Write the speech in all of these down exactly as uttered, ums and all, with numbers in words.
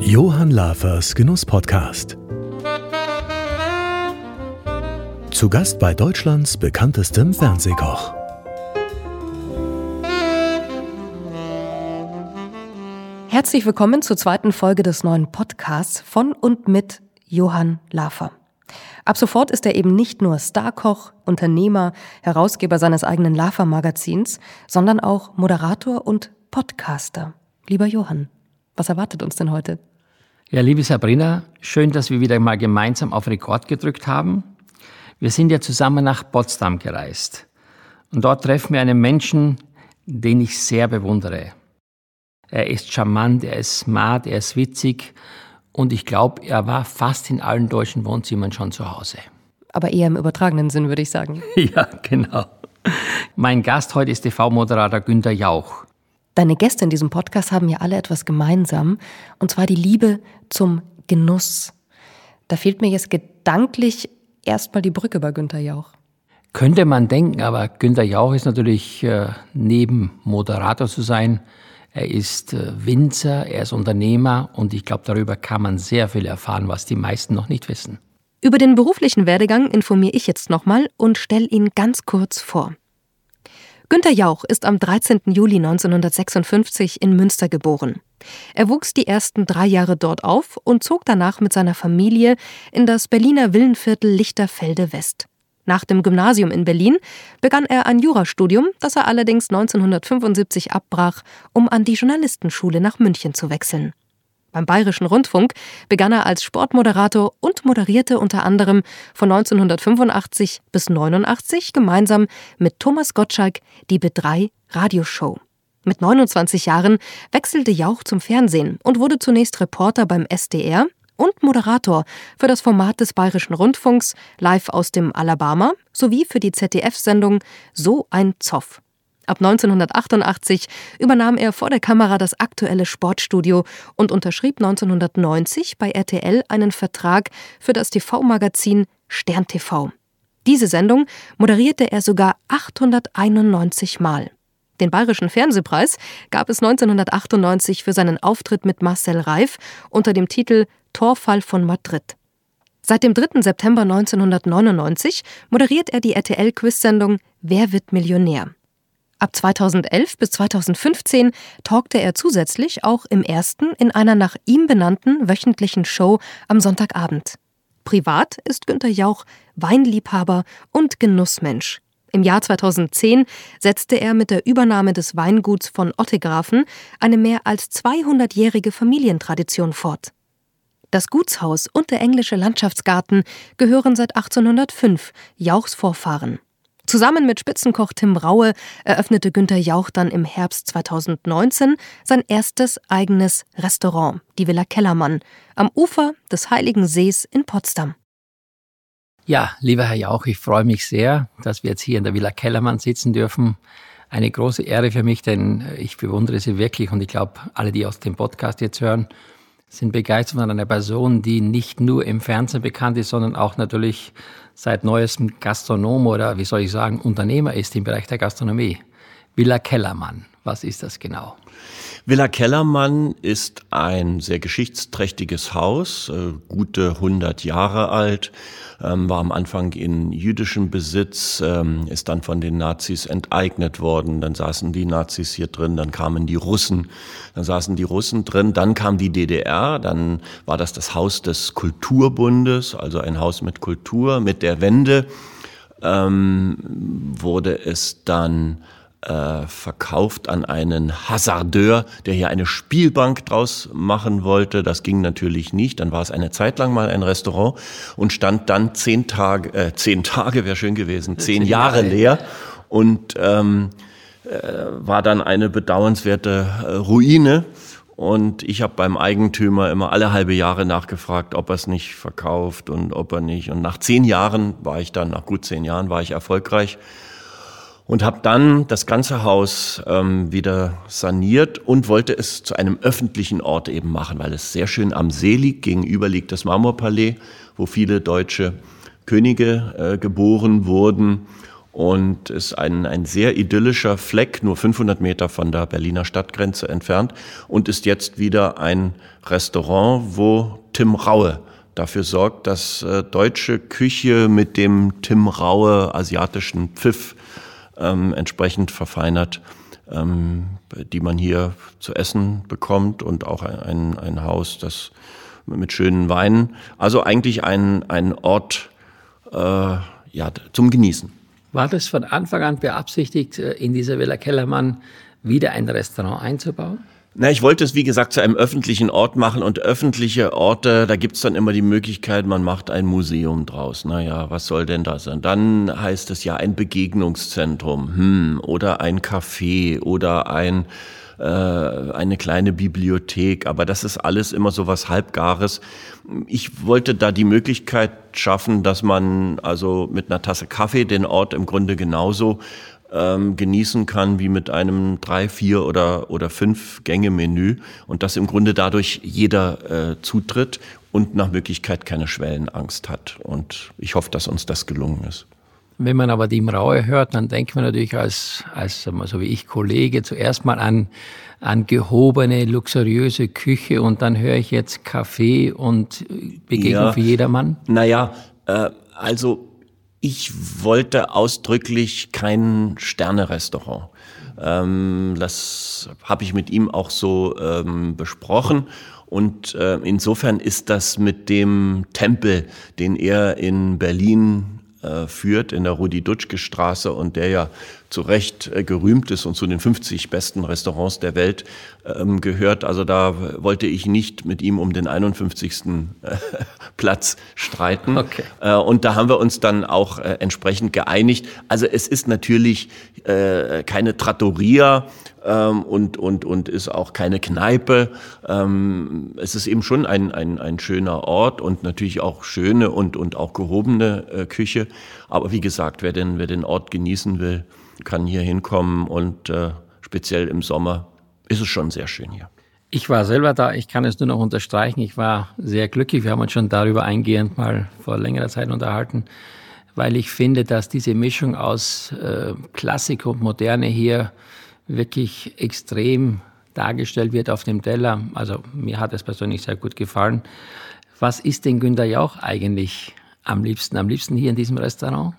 Johann Lafers Genuss-Podcast. Zu Gast bei Deutschlands bekanntestem Fernsehkoch. Herzlich willkommen zur zweiten Folge des neuen Podcasts von und mit Johann Lafer. Ab sofort ist er eben nicht nur Starkoch, Unternehmer, Herausgeber seines eigenen Lafer-Magazins, sondern auch Moderator und Podcaster. Lieber Johann, was erwartet uns denn heute? Ja, liebe Sabrina, schön, dass wir wieder mal gemeinsam auf Rekord gedrückt haben. Wir sind ja zusammen nach Potsdam gereist. Und dort treffen wir einen Menschen, den ich sehr bewundere. Er ist charmant, er ist smart, er ist witzig. Und ich glaube, er war fast in allen deutschen Wohnzimmern schon zu Hause. Aber eher im übertragenen Sinn, würde ich sagen. Ja, genau. Mein Gast heute ist T V-Moderator Günther Jauch. Deine Gäste in diesem Podcast haben ja alle etwas gemeinsam, und zwar die Liebe zum Genuss. Da fehlt mir jetzt gedanklich erstmal die Brücke bei Günther Jauch. Könnte man denken, aber Günther Jauch ist natürlich äh, neben Moderator zu sein. Er ist äh, Winzer, er ist Unternehmer und ich glaube, darüber kann man sehr viel erfahren, was die meisten noch nicht wissen. Über den beruflichen Werdegang informiere ich jetzt nochmal und stelle ihn ganz kurz vor. Günther Jauch ist am dreizehnten Juli neunzehnhundertsechsundfünfzig in Münster geboren. Er wuchs die ersten drei Jahre dort auf und zog danach mit seiner Familie in das Berliner Villenviertel Lichterfelde West. Nach dem Gymnasium in Berlin begann er ein Jurastudium, das er allerdings neunzehnhundertfünfundsiebzig abbrach, um an die Journalistenschule nach München zu wechseln. Beim Bayerischen Rundfunk begann er als Sportmoderator und moderierte unter anderem von neunzehnhundertfünfundachtzig bis neunundachtzig gemeinsam mit Thomas Gottschalk die B drei Radioshow. Mit neunundzwanzig Jahren wechselte Jauch zum Fernsehen und wurde zunächst Reporter beim S D R und Moderator für das Format des Bayerischen Rundfunks Live aus dem Alabama sowie für die Z D F-Sendung So ein Zoff. Ab neunzehnhundertachtundachtzig übernahm er vor der Kamera das aktuelle Sportstudio und unterschrieb neunzehnhundertneunzig bei R T L einen Vertrag für das T V-Magazin Stern T V. Diese Sendung moderierte er sogar achthunderteinundneunzig Mal. Den Bayerischen Fernsehpreis gab es neunzehnhundertachtundneunzig für seinen Auftritt mit Marcel Reif unter dem Titel Torfall von Madrid. Seit dem dritten September neunzehnhundertneunundneunzig moderiert er die R T L-Quiz-Sendung Wer wird Millionär? Ab zweitausendelf bis zweitausendfünfzehn talkte er zusätzlich auch im Ersten in einer nach ihm benannten wöchentlichen Show am Sonntagabend. Privat ist Günther Jauch Weinliebhaber und Genussmensch. Im Jahr zweitausendzehn setzte er mit der Übernahme des Weinguts von Ottegrafen eine mehr als zweihundertjährige Familientradition fort. Das Gutshaus und der englische Landschaftsgarten gehören seit achtzehnhundertfünf Jauchs Vorfahren. Zusammen mit Spitzenkoch Tim Raue eröffnete Günther Jauch dann im Herbst zweitausendneunzehn sein erstes eigenes Restaurant, die Villa Kellermann, am Ufer des Heiligen Sees in Potsdam. Ja, lieber Herr Jauch, ich freue mich sehr, dass wir jetzt hier in der Villa Kellermann sitzen dürfen. Eine große Ehre für mich, denn ich bewundere Sie wirklich und ich glaube, alle, die aus dem Podcast jetzt hören, sind begeistert von einer Person, die nicht nur im Fernsehen bekannt ist, sondern auch natürlich seit neuestem Gastronom oder, wie soll ich sagen, Unternehmer ist im Bereich der Gastronomie. Villa Kellermann, was ist das genau? Villa Kellermann ist ein sehr geschichtsträchtiges Haus, äh, gute hundert Jahre alt, ähm, war am Anfang in jüdischem Besitz, ähm, ist dann von den Nazis enteignet worden. Dann saßen die Nazis hier drin, dann kamen die Russen, dann saßen die Russen drin, dann kam die D D R, dann war das das Haus des Kulturbundes, also ein Haus mit Kultur. Mit der Wende ähm, wurde es dann Äh, verkauft an einen Hasardeur, der hier eine Spielbank draus machen wollte. Das ging natürlich nicht. Dann war es eine Zeit lang mal ein Restaurant und stand dann zehn Tage, äh, zehn Tage wäre schön gewesen, zehn, zehn Jahre leer und ähm, äh, war dann eine bedauernswerte äh, Ruine. Und ich habe beim Eigentümer immer alle halbe Jahre nachgefragt, ob er es nicht verkauft und ob er nicht. Und nach zehn Jahren war ich dann, nach gut zehn Jahren war ich erfolgreich. Und habe dann das ganze Haus ähm, wieder saniert und wollte es zu einem öffentlichen Ort eben machen, weil es sehr schön am See liegt. Gegenüber liegt das Marmorpalais, wo viele deutsche Könige äh, geboren wurden. und ist ein, ein sehr idyllischer Fleck, nur fünfhundert Meter von der Berliner Stadtgrenze entfernt und ist jetzt wieder ein Restaurant, wo Tim Raue dafür sorgt, dass äh, deutsche Küche mit dem Tim Raue asiatischen Pfiff ähm, entsprechend verfeinert, ähm, die man hier zu essen bekommt und auch ein, ein Haus, das mit schönen Weinen, also eigentlich ein, ein Ort äh, ja, zum Genießen. War das von Anfang an beabsichtigt, in dieser Villa Kellermann wieder ein Restaurant einzubauen? Na, ich wollte es, wie gesagt, zu einem öffentlichen Ort machen und öffentliche Orte, da gibt's dann immer die Möglichkeit, man macht ein Museum draus. Naja, was soll denn das sein? Dann heißt es ja ein Begegnungszentrum, hm, oder ein Café oder ein äh, eine kleine Bibliothek, aber das ist alles immer so was Halbgares. Ich wollte da die Möglichkeit schaffen, dass man also mit einer Tasse Kaffee den Ort im Grunde genauso ähm, genießen kann wie mit einem drei, vier oder oder fünf Gänge Menü und dass im Grunde dadurch jeder äh, zutritt und nach Möglichkeit keine Schwellenangst hat. Und ich hoffe, dass uns das gelungen ist. Wenn man aber Tim Raue hört, dann denkt man natürlich als, als so wie ich Kollege zuerst mal an, an gehobene, luxuriöse Küche und dann höre ich jetzt Kaffee und Begegnung ja, für jedermann. Naja, äh, also ich wollte ausdrücklich kein Sterne-Restaurant. Ähm, das habe ich mit ihm auch so ähm, besprochen. Und äh, insofern ist das mit dem Tempel, den er in Berlin führt in der Rudi-Dutschke-Straße und der ja zu Recht gerühmt ist und zu den fünfzig besten Restaurants der Welt ähm, gehört. Also da wollte ich nicht mit ihm um den einundfünfzigsten Äh, Platz streiten. Okay. Äh, und da haben wir uns dann auch äh, entsprechend geeinigt. Also es ist natürlich äh, keine Trattoria ähm, und, und, und ist auch keine Kneipe. Ähm, es ist eben schon ein, ein, ein schöner Ort und natürlich auch schöne und, und auch gehobene äh, Küche. Aber wie gesagt, wer den, wer den Ort genießen will, kann hier hinkommen und äh, speziell im Sommer ist es schon sehr schön hier. Ich war selber da, ich kann es nur noch unterstreichen, ich war sehr glücklich, wir haben uns schon darüber eingehend mal vor längerer Zeit unterhalten, weil ich finde, dass diese Mischung aus äh, Klassik und Moderne hier wirklich extrem dargestellt wird auf dem Teller. Also mir hat es persönlich sehr gut gefallen. Was isst denn Günter Jauch eigentlich am liebsten? Am liebsten hier in diesem Restaurant?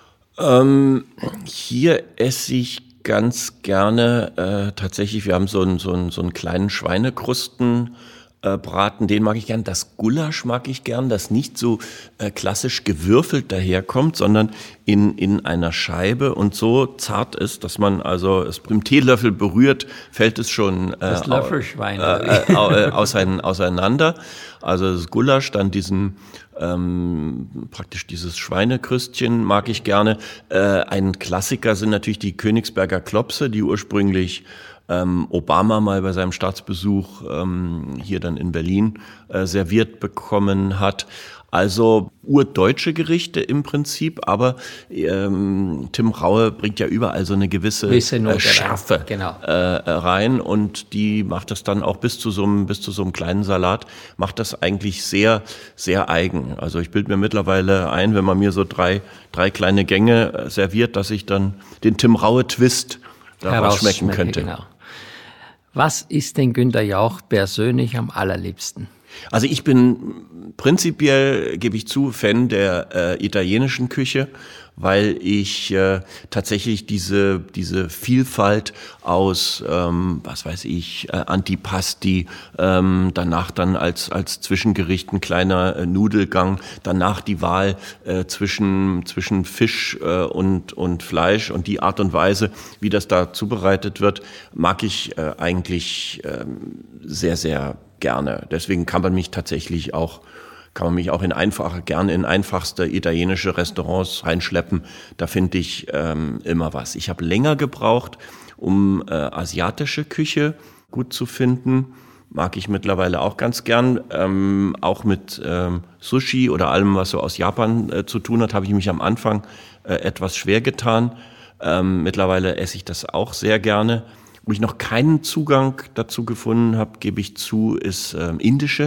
Ähm, hier esse ich ganz gerne äh, tatsächlich, wir haben so einen, so einen, so einen kleinen Schweinekrustenbraten, äh, den mag ich gern. Das Gulasch mag ich gern, das nicht so äh, klassisch gewürfelt daherkommt, sondern in, in einer Scheibe und so zart ist, dass man also es mit dem Teelöffel berührt, fällt es schon äh, das Löffelschwein äh, äh, ausein, auseinander. Also das Gulasch, dann diesen ähm, praktisch dieses Schweinekrüstchen mag ich gerne. Äh, ein Klassiker sind natürlich die Königsberger Klopse, die ursprünglich ähm, Obama mal bei seinem Staatsbesuch ähm, hier dann in Berlin äh, serviert bekommen hat. Also urdeutsche Gerichte im Prinzip, aber ähm, Tim Raue bringt ja überall so eine gewisse äh, Schärfe genau. äh, rein und die macht das dann auch bis zu so einem bis zu so einem kleinen Salat, macht das eigentlich sehr, sehr eigen. Also ich bilde mir mittlerweile ein, wenn man mir so drei, drei kleine Gänge serviert, dass ich dann den Tim Raue Twist daraus schmecken könnte. Genau. Was ist denn Günter Jauch persönlich am allerliebsten? Also ich bin prinzipiell, gebe ich zu, Fan der äh, italienischen Küche, weil ich äh, tatsächlich diese diese Vielfalt aus, ähm, was weiß ich, äh, Antipasti, ähm, danach dann als als Zwischengericht ein kleiner äh, Nudelgang, danach die Wahl äh, zwischen zwischen Fisch äh, und und Fleisch und die Art und Weise, wie das da zubereitet wird, mag ich äh, eigentlich äh, sehr sehr gerne. Deswegen kann man mich tatsächlich auch, kann man mich auch in einfache, gerne in einfachste italienische Restaurants reinschleppen. Da finde ich ähm, immer was. Ich habe länger gebraucht, um äh, asiatische Küche gut zu finden. Mag ich mittlerweile auch ganz gern. Ähm, auch mit ähm, Sushi oder allem, was so aus Japan äh, zu tun hat, habe ich mich am Anfang äh, etwas schwer getan. Ähm, mittlerweile esse ich das auch sehr gerne. Wo ich noch keinen Zugang dazu gefunden habe, gebe ich zu, ist ähm, indische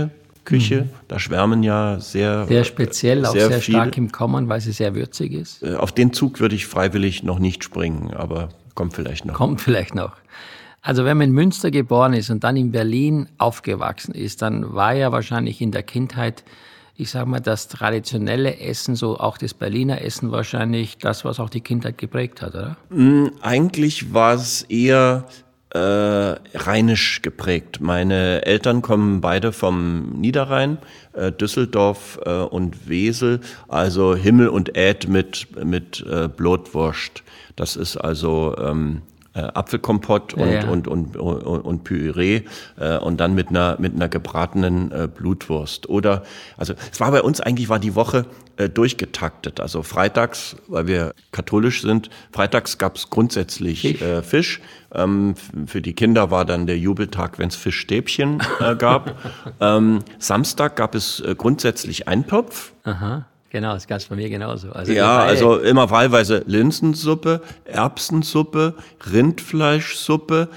Küche. Mhm. Da schwärmen ja sehr Sehr speziell, sehr auch sehr viel. stark im Kommen, weil sie sehr würzig ist. Auf den Zug würde ich freiwillig noch nicht springen, aber kommt vielleicht noch. Kommt vielleicht noch. Also wenn man in Münster geboren ist und dann in Berlin aufgewachsen ist, dann war ja wahrscheinlich in der Kindheit, ich sage mal, das traditionelle Essen, so auch das Berliner Essen wahrscheinlich das, was auch die Kindheit geprägt hat, oder? Eigentlich war es eher äh, rheinisch geprägt. Meine Eltern kommen beide vom Niederrhein, äh, Düsseldorf äh, und Wesel, also Himmel und Äd mit, mit äh, Blutwurst. Das ist also ähm, äh, Apfelkompott und, ja, ja. und, und, und, und Püree äh, und dann mit einer, mit einer gebratenen äh, Blutwurst. Oder, also es war bei uns eigentlich, war die Woche äh, durchgetaktet. Also freitags, weil wir katholisch sind, freitags gab es grundsätzlich Fisch. Äh, Fisch. Ähm, für die Kinder war dann der Jubeltag, wenn es Fischstäbchen äh, gab. ähm, Samstag gab es äh, grundsätzlich Eintopf. Aha. Genau, das gab es bei mir genauso. Also ja, also immer wahlweise Linsensuppe, Erbsensuppe, Rindfleischsuppe,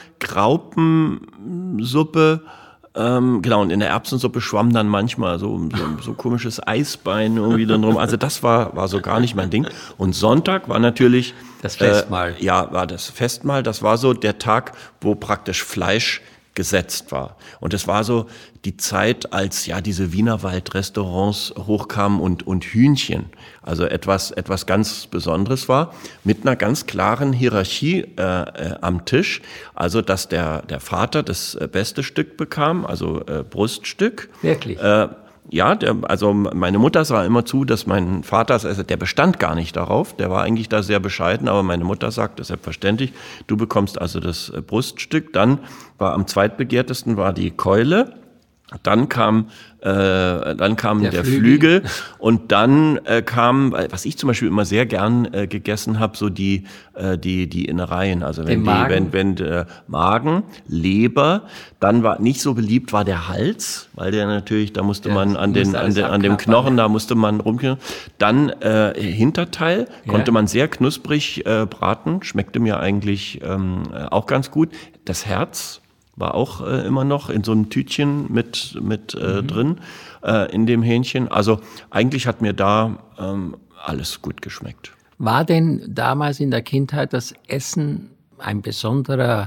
Graupensuppe. Ähm, genau, und in der Erbsensuppe schwamm dann manchmal so, so, so komisches Eisbein irgendwie dann drum. Also das war, war so gar nicht mein Ding. Und Sonntag war natürlich das Festmahl. Äh, ja, war das Festmahl. Das war so der Tag, wo praktisch Fleisch gesetzt war. Und es war so die Zeit, als ja diese Wienerwald-Restaurants hochkamen und, und Hühnchen, also etwas, etwas ganz Besonderes war, mit einer ganz klaren Hierarchie äh, äh, am Tisch. Also, dass der, der Vater das äh, beste Stück bekam, also äh, Bruststück. Wirklich? Äh, Ja, der, also meine Mutter sah immer zu, dass mein Vater, also der bestand gar nicht darauf, der war eigentlich da sehr bescheiden, aber meine Mutter sagte, selbstverständlich, du bekommst also das Bruststück. Dann war am zweitbegehrtesten war die Keule, dann kam äh, dann kam der, der Flügel. Flügel und dann äh, kam, was ich zum Beispiel immer sehr gern äh, gegessen habe, so die äh, die die Innereien, also wenn Den Magen. die wenn wenn äh, Magen, Leber, dann war nicht so beliebt war der Hals, weil der natürlich, da musste ja, man an den an den an dem Knochen, da musste man rumknien. Dann äh, Hinterteil ja. konnte man sehr knusprig äh, braten, schmeckte mir eigentlich ähm, auch ganz gut. Das Herz war auch äh, immer noch in so einem Tütchen mit, mit äh, mhm. drin, äh, in dem Hähnchen. Also eigentlich hat mir da ähm, alles gut geschmeckt. War denn damals in der Kindheit das Essen ein besonderer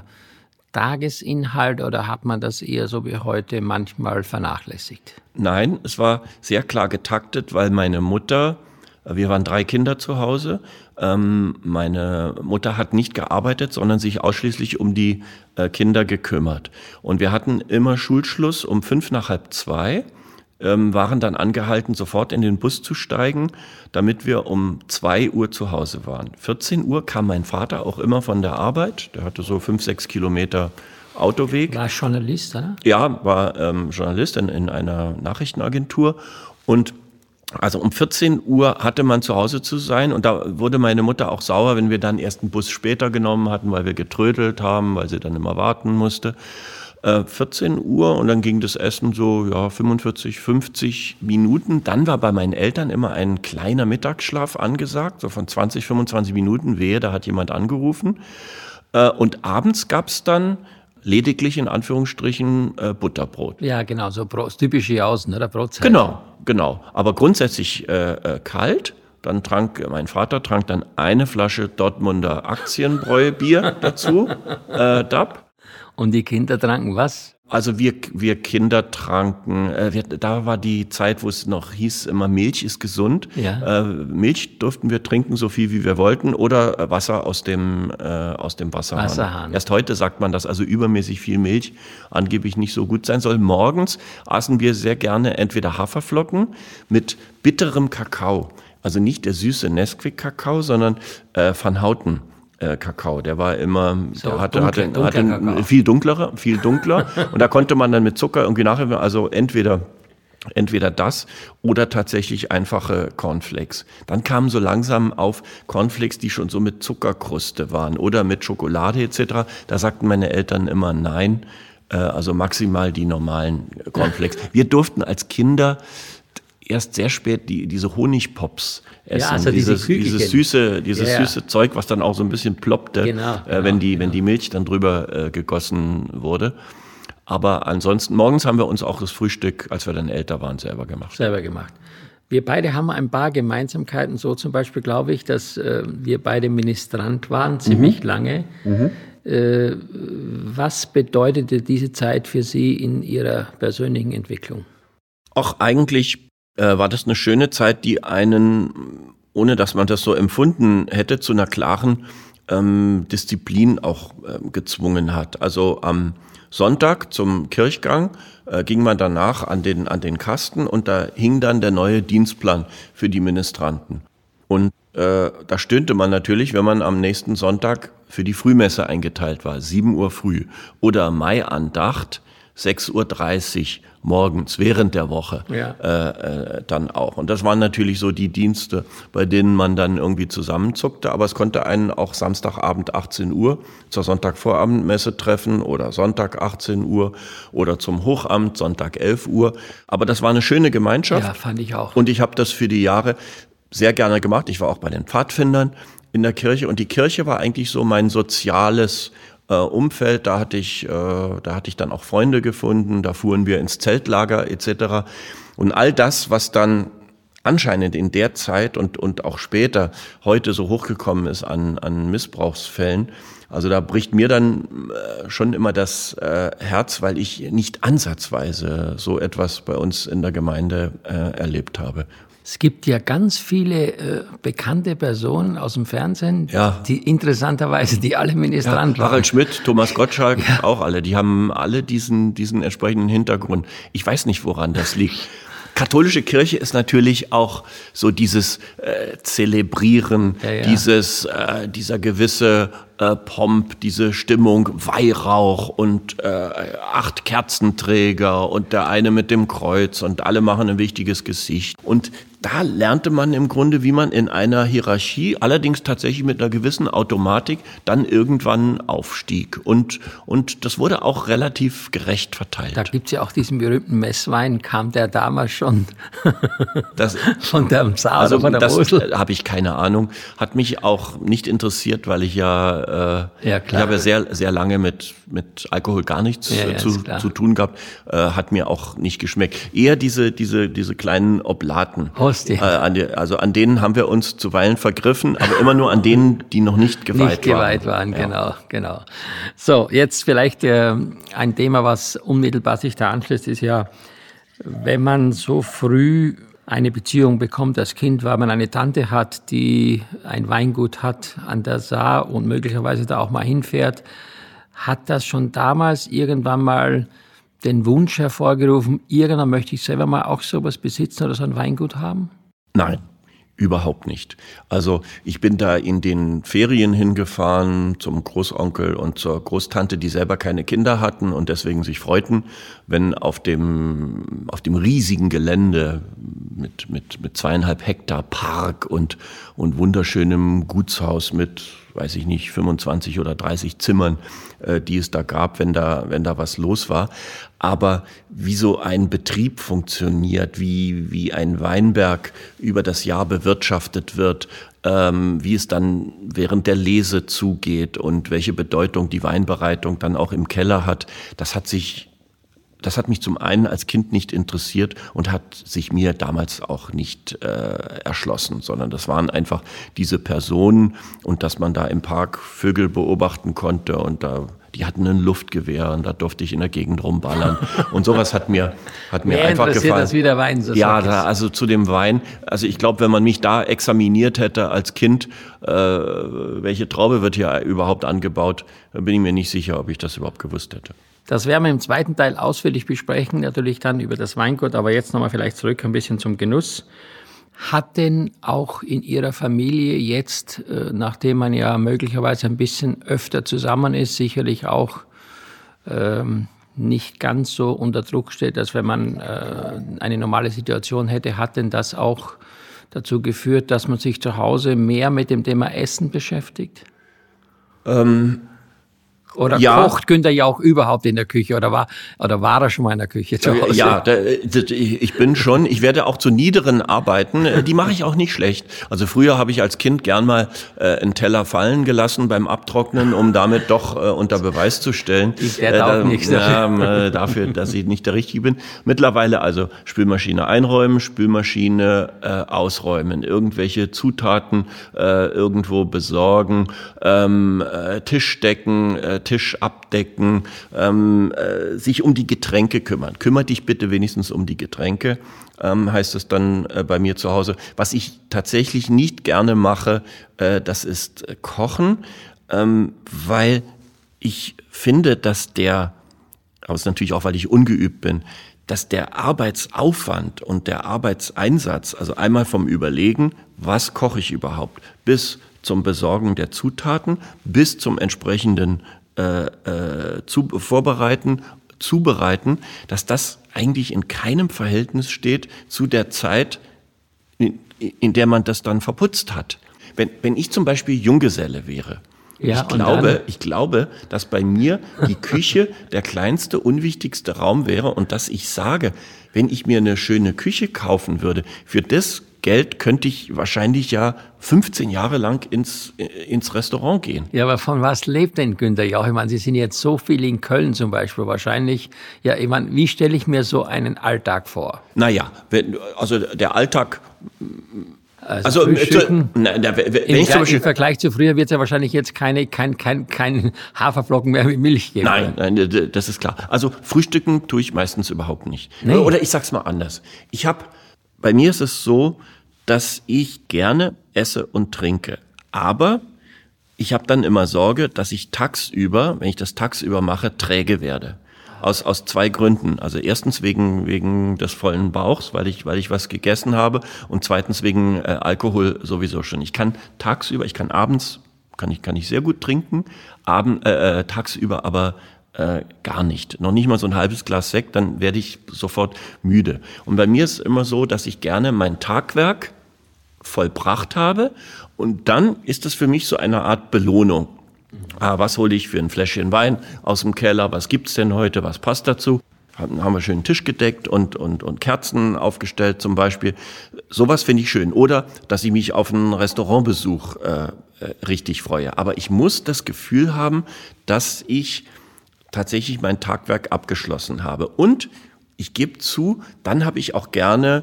Tagesinhalt oder hat man das eher so wie heute manchmal vernachlässigt? Nein, es war sehr klar getaktet, weil meine Mutter, wir waren drei Kinder zu Hause, ähm, meine Mutter hat nicht gearbeitet, sondern sich ausschließlich um die äh, Kinder gekümmert. Und wir hatten immer Schulschluss um fünf nach halb zwei, ähm, waren dann angehalten, sofort in den Bus zu steigen, damit wir um zwei Uhr zu Hause waren. vierzehn Uhr kam mein Vater auch immer von der Arbeit, der hatte so fünf, sechs Kilometer Autoweg. War Journalist, oder? Ja, war ähm, Journalist in, in einer Nachrichtenagentur und also um vierzehn Uhr hatte man zu Hause zu sein und da wurde meine Mutter auch sauer, wenn wir dann erst einen Bus später genommen hatten, weil wir getrödelt haben, weil sie dann immer warten musste. Äh, vierzehn Uhr und dann ging das Essen so ja fünfundvierzig, fünfzig Minuten. Dann war bei meinen Eltern immer ein kleiner Mittagsschlaf angesagt, so von zwanzig, fünfundzwanzig Minuten, wehe, da hat jemand angerufen. Äh, und abends gab's dann lediglich in Anführungsstrichen äh, Butterbrot. Ja, genau, so Brot, typische Jausen, oder Brotzeit. Genau, genau. Aber grundsätzlich äh, äh, kalt. Dann trank, mein Vater trank dann eine Flasche Dortmunder Aktienbräu-Bier dazu, äh, D A B. Und die Kinder tranken was? Also wir, wir Kinder tranken, äh, wir, da war die Zeit, wo es noch hieß, immer Milch ist gesund. Ja. Äh, Milch durften wir trinken, so viel wie wir wollten, oder Wasser aus dem, äh, aus dem Wasserhahn. Wasserhahn. Erst heute sagt man, dass also übermäßig viel Milch angeblich nicht so gut sein soll. Morgens aßen wir sehr gerne entweder Haferflocken mit bitterem Kakao. Also nicht der süße Nesquik-Kakao, sondern äh, Van Houten. Äh, Kakao, der war immer, so, der hatte, dunkel, hatte, dunkel hatte viel dunkler, viel dunkler und da konnte man dann mit Zucker irgendwie nachher, also entweder entweder das oder tatsächlich einfache Cornflakes. Dann kamen so langsam auf Cornflakes, die schon so mit Zuckerkruste waren oder mit Schokolade et cetera. Da sagten meine Eltern immer nein, äh, also maximal die normalen Cornflakes. Wir durften als Kinder erst sehr spät die, diese Honigpops essen, ja, also dieses, diese dieses süße, dieses ja. süße Zeug, was dann auch so ein bisschen ploppte, genau, äh, wenn genau, die, genau. wenn die Milch dann drüber äh, gegossen wurde. Aber ansonsten, morgens haben wir uns auch das Frühstück, als wir dann älter waren, selber gemacht. Selber gemacht. Wir beide haben ein paar Gemeinsamkeiten. So zum Beispiel glaube ich, dass äh, wir beide Ministrant waren, ziemlich mhm. lange. Mhm. Äh, was bedeutete diese Zeit für Sie in Ihrer persönlichen Entwicklung? Auch eigentlich äh, war das eine schöne Zeit, die einen, ohne dass man das so empfunden hätte, zu einer klaren ähm, Disziplin auch äh, gezwungen hat. Also am Sonntag zum Kirchgang äh, ging man danach an den, an den Kasten und da hing dann der neue Dienstplan für die Ministranten. Und äh, da stöhnte man natürlich, wenn man am nächsten Sonntag für die Frühmesse eingeteilt war, sieben Uhr früh. Oder Maiandacht, sechs Uhr dreißig morgens, während der Woche ja. äh, äh, dann auch. Und das waren natürlich so die Dienste, bei denen man dann irgendwie zusammenzuckte. Aber es konnte einen auch Samstagabend achtzehn Uhr zur Sonntagvorabendmesse treffen oder Sonntag achtzehn Uhr oder zum Hochamt Sonntag elf Uhr. Aber das war eine schöne Gemeinschaft. Ja, fand ich auch. Und ich habe das für die Jahre sehr gerne gemacht. Ich war auch bei den Pfadfindern in der Kirche. Und die Kirche war eigentlich so mein soziales Äh, Umfeld, da hatte ich, äh, da hatte ich dann auch Freunde gefunden, da fuhren wir ins Zeltlager et cetera. Und all das, was dann anscheinend in der Zeit und und auch später heute so hochgekommen ist an an Missbrauchsfällen, also da bricht mir dann äh, schon immer das äh, Herz, weil ich nicht ansatzweise so etwas bei uns in der Gemeinde äh, erlebt habe. Es gibt ja ganz viele äh, bekannte Personen aus dem Fernsehen, ja. die interessanterweise, die alle Ministrant ja, waren. Harald Schmidt, Thomas Gottschalk, ja. auch alle. Die haben alle diesen, diesen entsprechenden Hintergrund. Ich weiß nicht, woran das liegt. Katholische Kirche ist natürlich auch so dieses äh, Zelebrieren, ja, ja. dieses, äh, dieser gewisse äh, Pomp, diese Stimmung, Weihrauch und äh, acht Kerzenträger und der eine mit dem Kreuz und alle machen ein wichtiges Gesicht. Und da lernte man im Grunde, wie man in einer Hierarchie, allerdings tatsächlich mit einer gewissen Automatik, dann irgendwann aufstieg. Und, und das wurde auch relativ gerecht verteilt. Da gibt's ja auch diesen berühmten Messwein, kam der damals schon das, von der Saal also oder von der das Mosel? Habe ich keine Ahnung. Hat mich auch nicht interessiert, weil ich ja, äh, ja ich habe ja sehr, sehr lange mit, mit Alkohol gar nichts ja, ja, zu, zu tun gehabt. Äh, hat mir auch nicht geschmeckt. Eher diese, diese, diese kleinen Oblaten. Äh, an die, also an denen haben wir uns zuweilen vergriffen, aber immer nur an denen, die noch nicht geweiht waren. Nicht geweiht waren, ja. genau, genau. So, jetzt vielleicht äh, ein Thema, was unmittelbar sich da anschließt, ist ja, wenn man so früh eine Beziehung bekommt als Kind, weil man eine Tante hat, die ein Weingut hat an der Saar und möglicherweise da auch mal hinfährt, hat das schon damals irgendwann mal den Wunsch hervorgerufen, irgendwann möchte ich selber mal auch sowas besitzen oder so ein Weingut haben? Nein, überhaupt nicht. Also ich bin da in den Ferien hingefahren zum Großonkel und zur Großtante, die selber keine Kinder hatten und deswegen sich freuten, wenn auf dem auf dem riesigen Gelände mit mit mit zweieinhalb Hektar Park und und wunderschönem Gutshaus mit, weiß ich nicht, fünfundzwanzig oder dreißig Zimmern, äh, die es da gab, wenn da wenn da was los war. Aber wie so ein Betrieb funktioniert, wie wie ein Weinberg über das Jahr bewirtschaftet wird, ähm, wie es dann während der Lese zugeht und welche Bedeutung die Weinbereitung dann auch im Keller hat, das hat sich Das hat mich zum einen als Kind nicht interessiert und hat sich mir damals auch nicht äh, erschlossen, sondern das waren einfach diese Personen und dass man da im Park Vögel beobachten konnte und da die hatten ein Luftgewehr und da durfte ich in der Gegend rumballern und sowas hat mir hat mir Mehr einfach gefallen. Das wie der Wein so ja, da, also zu dem Wein, also ich glaube, wenn man mich da examiniert hätte als Kind, äh, welche Traube wird hier überhaupt angebaut, dann bin ich mir nicht sicher, ob ich das überhaupt gewusst hätte. Das werden wir im zweiten Teil ausführlich besprechen, natürlich dann über das Weingut, aber jetzt nochmal vielleicht zurück ein bisschen zum Genuss. Hat denn auch in Ihrer Familie jetzt, nachdem man ja möglicherweise ein bisschen öfter zusammen ist, sicherlich auch ähm, nicht ganz so unter Druck steht, als wenn man äh, eine normale Situation hätte, hat denn das auch dazu geführt, dass man sich zu Hause mehr mit dem Thema Essen beschäftigt? Ähm Oder ja. kocht Günter Jauch überhaupt in der Küche oder war, oder war er schon mal in der Küche zu Hause? Ja, da, ich bin schon, ich werde auch zu niederen Arbeiten, die mache ich auch nicht schlecht. Also früher habe ich als Kind gern mal äh, einen Teller fallen gelassen beim Abtrocknen, um damit doch äh, unter Beweis zu stellen. Ich werde äh, auch da, nichts dafür. Äh, dafür, dass ich nicht der Richtige bin. Mittlerweile also Spülmaschine einräumen, Spülmaschine äh, ausräumen, irgendwelche Zutaten äh, irgendwo besorgen, ähm, äh, Tisch decken, äh, Tisch abdecken, ähm, äh, sich um die Getränke kümmern. Kümmere dich bitte wenigstens um die Getränke, ähm, heißt es dann äh, bei mir zu Hause. Was ich tatsächlich nicht gerne mache, äh, das ist äh, Kochen, ähm, weil ich finde, dass der, aber es ist natürlich auch, weil ich ungeübt bin, dass der Arbeitsaufwand und der Arbeitseinsatz, also einmal vom Überlegen, was koche ich überhaupt, bis zum Besorgen der Zutaten, bis zum entsprechenden äh, äh, zu, Vorbereiten, Zubereiten, dass das eigentlich in keinem Verhältnis steht zu der Zeit, in, in der man das dann verputzt hat. Wenn, wenn ich zum Beispiel Junggeselle wäre, Ja, ich glaube, ich glaube, dass bei mir die Küche der kleinste, unwichtigste Raum wäre und dass ich sage, wenn ich mir eine schöne Küche kaufen würde, für das Geld könnte ich wahrscheinlich ja fünfzehn Jahre lang ins, ins Restaurant gehen. Ja, aber von was lebt denn Günter Jauch? Ich meine, Sie sind jetzt so viel in Köln zum Beispiel wahrscheinlich. Ja, ich meine, wie stelle ich mir so einen Alltag vor? Naja, wenn, also der Alltag... Also, also Frühstücken, na, na, wenn im, ich zum Beispiel, im Vergleich zu früher wird es ja wahrscheinlich jetzt keine kein, kein, kein Haferflocken mehr mit Milch geben. Nein, nein, das ist klar. Also Frühstücken tue ich meistens überhaupt nicht. Nee. Oder ich sag's mal anders. Ich habe, bei mir ist es so, dass ich gerne esse und trinke. Aber ich habe dann immer Sorge, dass ich tagsüber, wenn ich das tagsüber mache, träge werde. Aus, aus zwei Gründen. Also erstens wegen, wegen des vollen Bauchs, weil ich, weil ich was gegessen habe, und zweitens wegen äh, Alkohol sowieso schon. Ich kann tagsüber, ich kann abends, kann ich, kann ich sehr gut trinken, abend, äh, äh, tagsüber aber äh, gar nicht. Noch nicht mal so ein halbes Glas Sekt, dann werde ich sofort müde. Und bei mir ist es immer so, dass ich gerne mein Tagwerk vollbracht habe, und dann ist das für mich so eine Art Belohnung. Ah, was hole ich für ein Fläschchen Wein aus dem Keller? Was gibt's denn heute? Was passt dazu? Haben wir schön einen Tisch gedeckt und, und, und Kerzen aufgestellt zum Beispiel. Sowas finde ich schön. Oder, dass ich mich auf einen Restaurantbesuch äh, richtig freue. Aber ich muss das Gefühl haben, dass ich tatsächlich mein Tagwerk abgeschlossen habe. Und ich gebe zu, dann habe ich auch gerne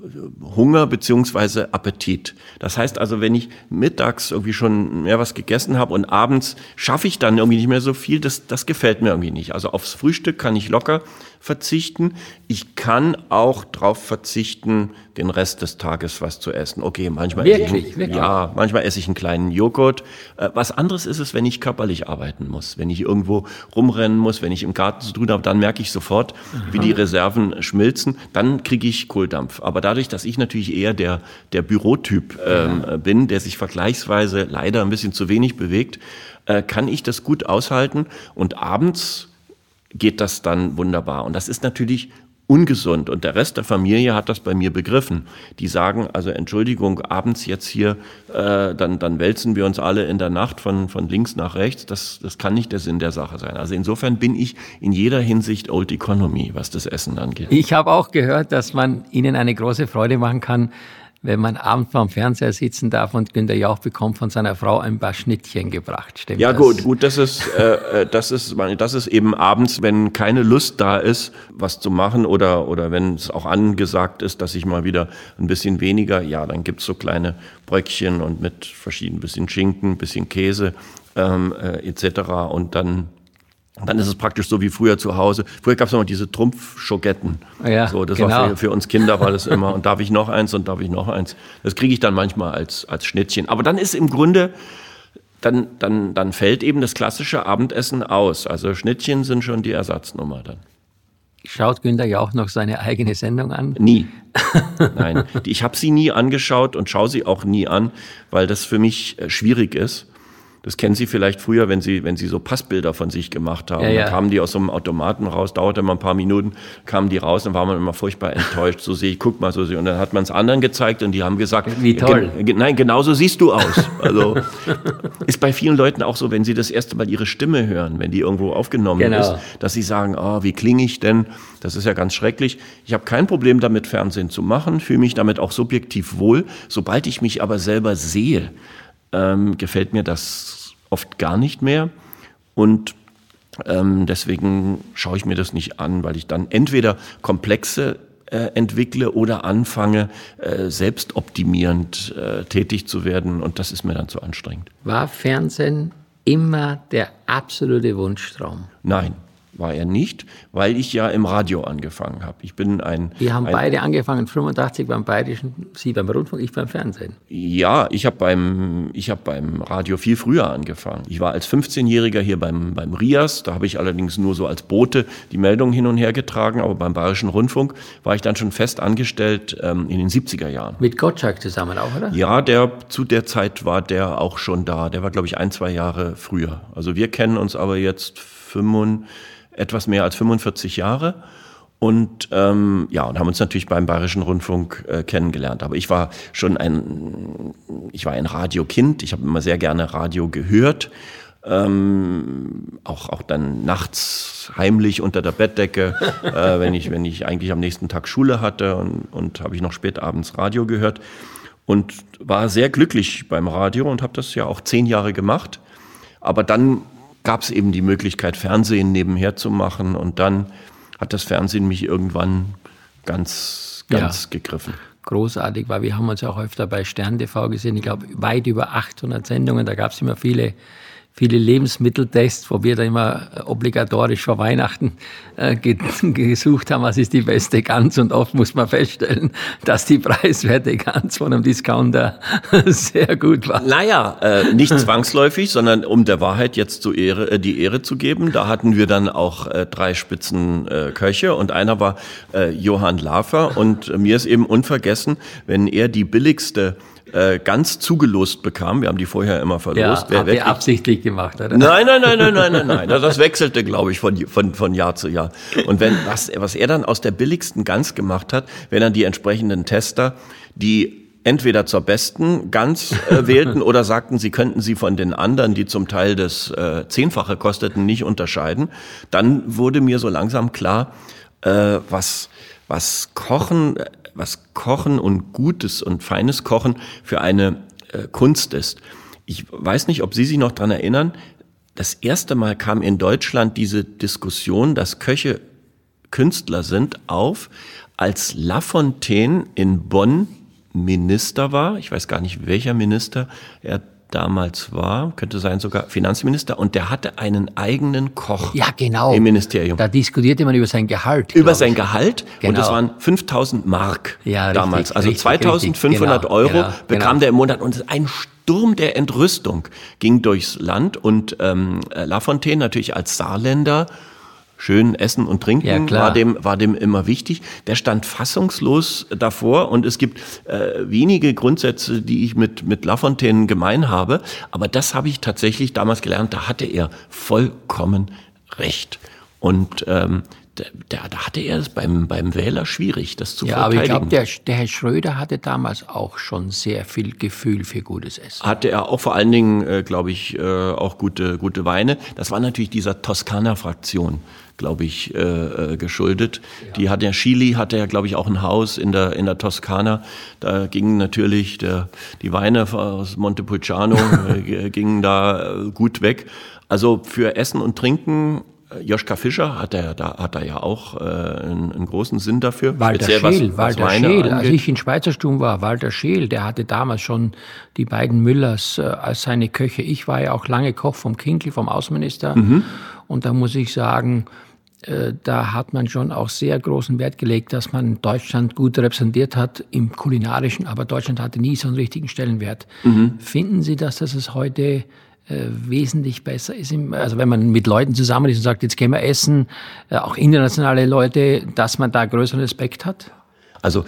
Hunger beziehungsweise Appetit. Das heißt also, wenn ich mittags irgendwie schon mehr was gegessen habe und abends schaffe ich dann irgendwie nicht mehr so viel, das, das gefällt mir irgendwie nicht. Also aufs Frühstück kann ich locker verzichten. Ich kann auch darauf verzichten, den Rest des Tages was zu essen. Okay, manchmal wirklich, esse ich, wirklich? Ja, manchmal esse ich einen kleinen Joghurt. Was anderes ist es, wenn ich körperlich arbeiten muss, wenn ich irgendwo rumrennen muss, wenn ich im Garten zu tun habe, dann merke ich sofort, wie die Reserven schmilzen. Dann kriege ich Kohldampf. Aber dadurch, dass ich natürlich eher der, der Bürotyp ähm, ja. bin, der sich vergleichsweise leider ein bisschen zu wenig bewegt, äh, kann ich das gut aushalten. Und abends geht das dann wunderbar. Und das ist natürlich ungesund. Und der Rest der Familie hat das bei mir begriffen. Die sagen, also Entschuldigung, abends jetzt hier, äh, dann, dann wälzen wir uns alle in der Nacht von, von links nach rechts. Das, das kann nicht der Sinn der Sache sein. Also insofern bin ich in jeder Hinsicht Old Economy, was das Essen angeht. Ich habe auch gehört, dass man Ihnen eine große Freude machen kann, wenn man abends vorm Fernseher sitzen darf und Günter Jauch bekommt von seiner Frau ein paar Schnittchen gebracht. Stimmt ja, das? gut, gut, das ist, äh, das ist, das ist eben abends, wenn keine Lust da ist, was zu machen, oder, oder wenn es auch angesagt ist, dass ich mal wieder ein bisschen weniger, ja, dann gibt's so kleine Bröckchen und mit verschiedenen, bisschen Schinken, bisschen Käse, ähm, äh, et cetera. Und dann Dann ist es praktisch so wie früher zu Hause. Früher gab es immer diese Trumpfschogetten. Ja, so, das genau. war für, für uns Kinder war das immer. Und darf ich noch eins und darf ich noch eins. Das kriege ich dann manchmal als, als Schnittchen. Aber dann ist im Grunde, dann, dann, dann fällt eben das klassische Abendessen aus. Also Schnittchen sind schon die Ersatznummer dann. Schaut Günter Jauch noch seine eigene Sendung an? Nie. Nein, ich habe sie nie angeschaut und schaue sie auch nie an, weil das für mich schwierig ist. Das kennen Sie vielleicht früher, wenn Sie, wenn Sie so Passbilder von sich gemacht haben. Ja, ja. Dann kamen die aus so einem Automaten raus, dauerte mal ein paar Minuten, kamen die raus, dann war man immer furchtbar enttäuscht. So sehe ich, guck mal, so sehe. Und dann hat man es anderen gezeigt und die haben gesagt, wie toll. Ge- nein, genauso siehst du aus. Also ist bei vielen Leuten auch so, wenn sie das erste Mal ihre Stimme hören, wenn die irgendwo aufgenommen genau. ist, dass sie sagen, oh, wie klinge ich denn? Das ist ja ganz schrecklich. Ich habe kein Problem damit, Fernsehen zu machen, fühle mich damit auch subjektiv wohl. Sobald ich mich aber selber sehe, ähm, gefällt mir das oft gar nicht mehr. Und ähm, deswegen schaue ich mir das nicht an, weil ich dann entweder komplexe äh, entwickle oder anfange, äh, selbstoptimierend äh, tätig zu werden. Und das ist mir dann zu anstrengend. War Fernsehen immer der absolute Wunschtraum? Nein. War er nicht, weil ich ja im Radio angefangen habe. Ich bin ein... Wir haben ein, beide angefangen, fünfundachtzig beim Bayerischen, Sie beim Rundfunk, ich beim Fernsehen. Ja, ich habe beim, ich hab beim Radio viel früher angefangen. Ich war als fünfzehnjähriger hier beim, beim R I A S, da habe ich allerdings nur so als Bote die Meldungen hin und her getragen, aber beim Bayerischen Rundfunk war ich dann schon fest angestellt ähm, in den siebziger Jahren. Mit Gottschalk zusammen auch, oder? Ja, der, zu der Zeit war der auch schon da. Der war, glaube ich, ein, zwei Jahre früher. Also wir kennen uns aber jetzt fünfund etwas mehr als fünfundvierzig Jahre und ähm, ja und haben uns natürlich beim Bayerischen Rundfunk äh, kennengelernt. Aber ich war schon ein ich war ein Radiokind. Ich habe immer sehr gerne Radio gehört, ähm, auch auch dann nachts heimlich unter der Bettdecke, äh, wenn ich wenn ich eigentlich am nächsten Tag Schule hatte und und habe ich noch spät abends Radio gehört und war sehr glücklich beim Radio und habe das ja auch zehn Jahre gemacht. Aber dann gab es eben die Möglichkeit, Fernsehen nebenher zu machen. Und dann hat das Fernsehen mich irgendwann ganz, ganz ja, gegriffen. Großartig, weil wir haben uns auch öfter bei Stern T V gesehen. Ich glaube, weit über achthundert Sendungen. Da gab es immer viele, viele Lebensmitteltests, wo wir da immer obligatorisch vor Weihnachten äh, gesucht haben, was ist die beste Gans. Und oft muss man feststellen, dass die preiswerte Gans von einem Discounter sehr gut war. Naja, äh, nicht zwangsläufig, sondern um der Wahrheit jetzt zu Ehre, äh, die Ehre zu geben. Da hatten wir dann auch äh, drei Spitzen äh, Köche und einer war äh, Johann Lafer. Und äh, mir ist eben unvergessen, wenn er die billigste ganz zugelost bekam. Wir haben die vorher immer verlost. Ja, habt ihr absichtlich gemacht, oder? Nein, nein, nein, nein, nein, nein, nein. Das wechselte, glaube ich, von, von, von Jahr zu Jahr. Und wenn, was, was er dann aus der billigsten Gans gemacht hat, wenn dann die entsprechenden Tester, die entweder zur besten Gans äh, wählten oder sagten, sie könnten sie von den anderen, die zum Teil das äh, Zehnfache kosteten, nicht unterscheiden, dann wurde mir so langsam klar, äh, was, was Kochen, was Kochen und gutes und feines Kochen für eine äh, Kunst ist. Ich weiß nicht, ob Sie sich noch dran erinnern, das erste Mal kam in Deutschland diese Diskussion, dass Köche Künstler sind, auf, als Lafontaine in Bonn Minister war. Ich weiß gar nicht, welcher Minister er damals war, könnte sein sogar Finanzminister, und der hatte einen eigenen Koch ja, genau. im Ministerium. Da diskutierte man über sein Gehalt. Über sein Gehalt genau. Und das waren fünftausend Mark ja, damals. Richtig, also richtig, zweitausendfünfhundert richtig. Euro genau, bekam genau. der im Monat, und ein Sturm der Entrüstung ging durchs Land, und ähm, Lafontaine natürlich als Saarländer, schön essen und trinken ja, war dem war dem immer wichtig. Der stand fassungslos davor, und es gibt äh, wenige Grundsätze, die ich mit mit Lafontaine gemein habe, aber das habe ich tatsächlich damals gelernt. Da hatte er vollkommen recht, und ähm, da, da hatte er es beim beim Wähler schwierig, das zu ja, verteidigen. Aber ich glaube, der, der Herr Schröder hatte damals auch schon sehr viel Gefühl für gutes Essen. Hatte er auch vor allen Dingen, äh, glaube ich, äh, auch gute gute Weine. Das war natürlich dieser Toskana-Fraktion, glaube ich, äh, geschuldet. Ja. Die hat ja, Chili hatte ja, glaube ich, auch ein Haus in der in der Toskana. Da gingen natürlich der, die Weine aus Montepulciano äh, gingen da äh, gut weg. Also für Essen und Trinken, Joschka Fischer hat er da hat er ja auch äh, einen, einen großen Sinn dafür. Walter Scheel, Walter Scheel, als ich in Schweizerstum war, Walter Scheel, der hatte damals schon die beiden Müllers äh, als seine Köche. Ich war ja auch lange Koch vom Kincl, vom Außenminister, mhm. und da muss ich sagen, äh, da hat man schon auch sehr großen Wert gelegt, dass man Deutschland gut repräsentiert hat im Kulinarischen, aber Deutschland hatte nie so einen richtigen Stellenwert. Mhm. Finden Sie, dass das es heute wesentlich besser ist, also wenn man mit Leuten zusammen ist und sagt, jetzt gehen wir essen, auch internationale Leute, dass man da größeren Respekt hat? Also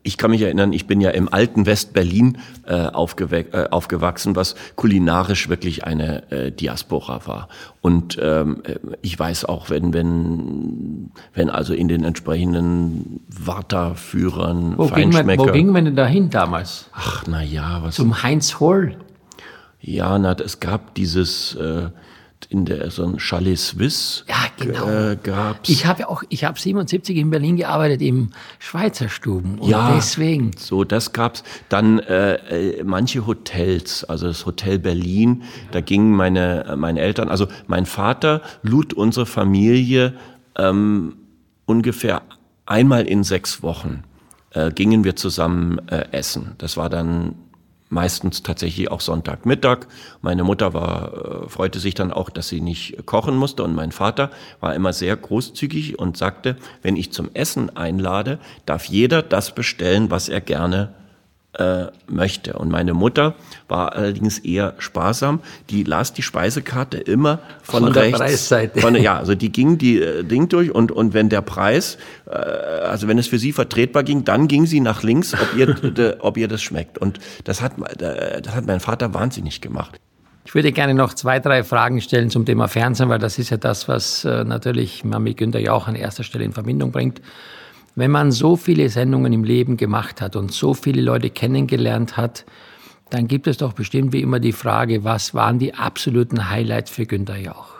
ich kann mich erinnern, ich bin ja im alten West-Berlin äh, aufgewe- äh, aufgewachsen, was kulinarisch wirklich eine äh, Diaspora war. Und ähm, ich weiß auch, wenn wenn wenn also in den entsprechenden Warta-Führern, wo Feinschmecker... Ging man, wo ging man denn dahin damals? Ach, na ja, was... Zum Heinz Holl? Ja, na, es gab dieses... Äh, in der so ein Chalet Suisse ja, genau. äh, gab's. Ich habe ja auch, ich habe siebenundsiebzig in Berlin gearbeitet im Schweizer Stuben und ja, deswegen. So, das gab's. Dann äh, äh, manche Hotels, also das Hotel Berlin, da gingen meine meine Eltern, also mein Vater lud unsere Familie ähm, ungefähr einmal in sechs Wochen äh, gingen wir zusammen äh, essen. Das war dann meistens tatsächlich auch Sonntagmittag. Meine Mutter war, äh, freute sich dann auch, dass sie nicht kochen musste. Und mein Vater war immer sehr großzügig und sagte, wenn ich zum Essen einlade, darf jeder das bestellen, was er gerne äh, möchte. Und meine Mutter war allerdings eher sparsam. Die las die Speisekarte immer von, von der rechts. Preisseite. Von, ja, also die ging die äh, Ding durch und und wenn der Preis, äh, also wenn es für sie vertretbar ging, dann ging sie nach links, ob ihr de, ob ihr das schmeckt. Und das hat das hat mein Vater wahnsinnig gemacht. Ich würde gerne noch zwei, drei Fragen stellen zum Thema Fernsehen, weil das ist ja das, was äh, natürlich man mit Günther Jauch an erster Stelle in Verbindung bringt. Wenn man so viele Sendungen im Leben gemacht hat und so viele Leute kennengelernt hat, dann gibt es doch bestimmt wie immer die Frage, was waren die absoluten Highlights für Günther Jauch?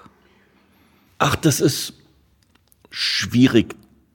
Ach, das ist schwierig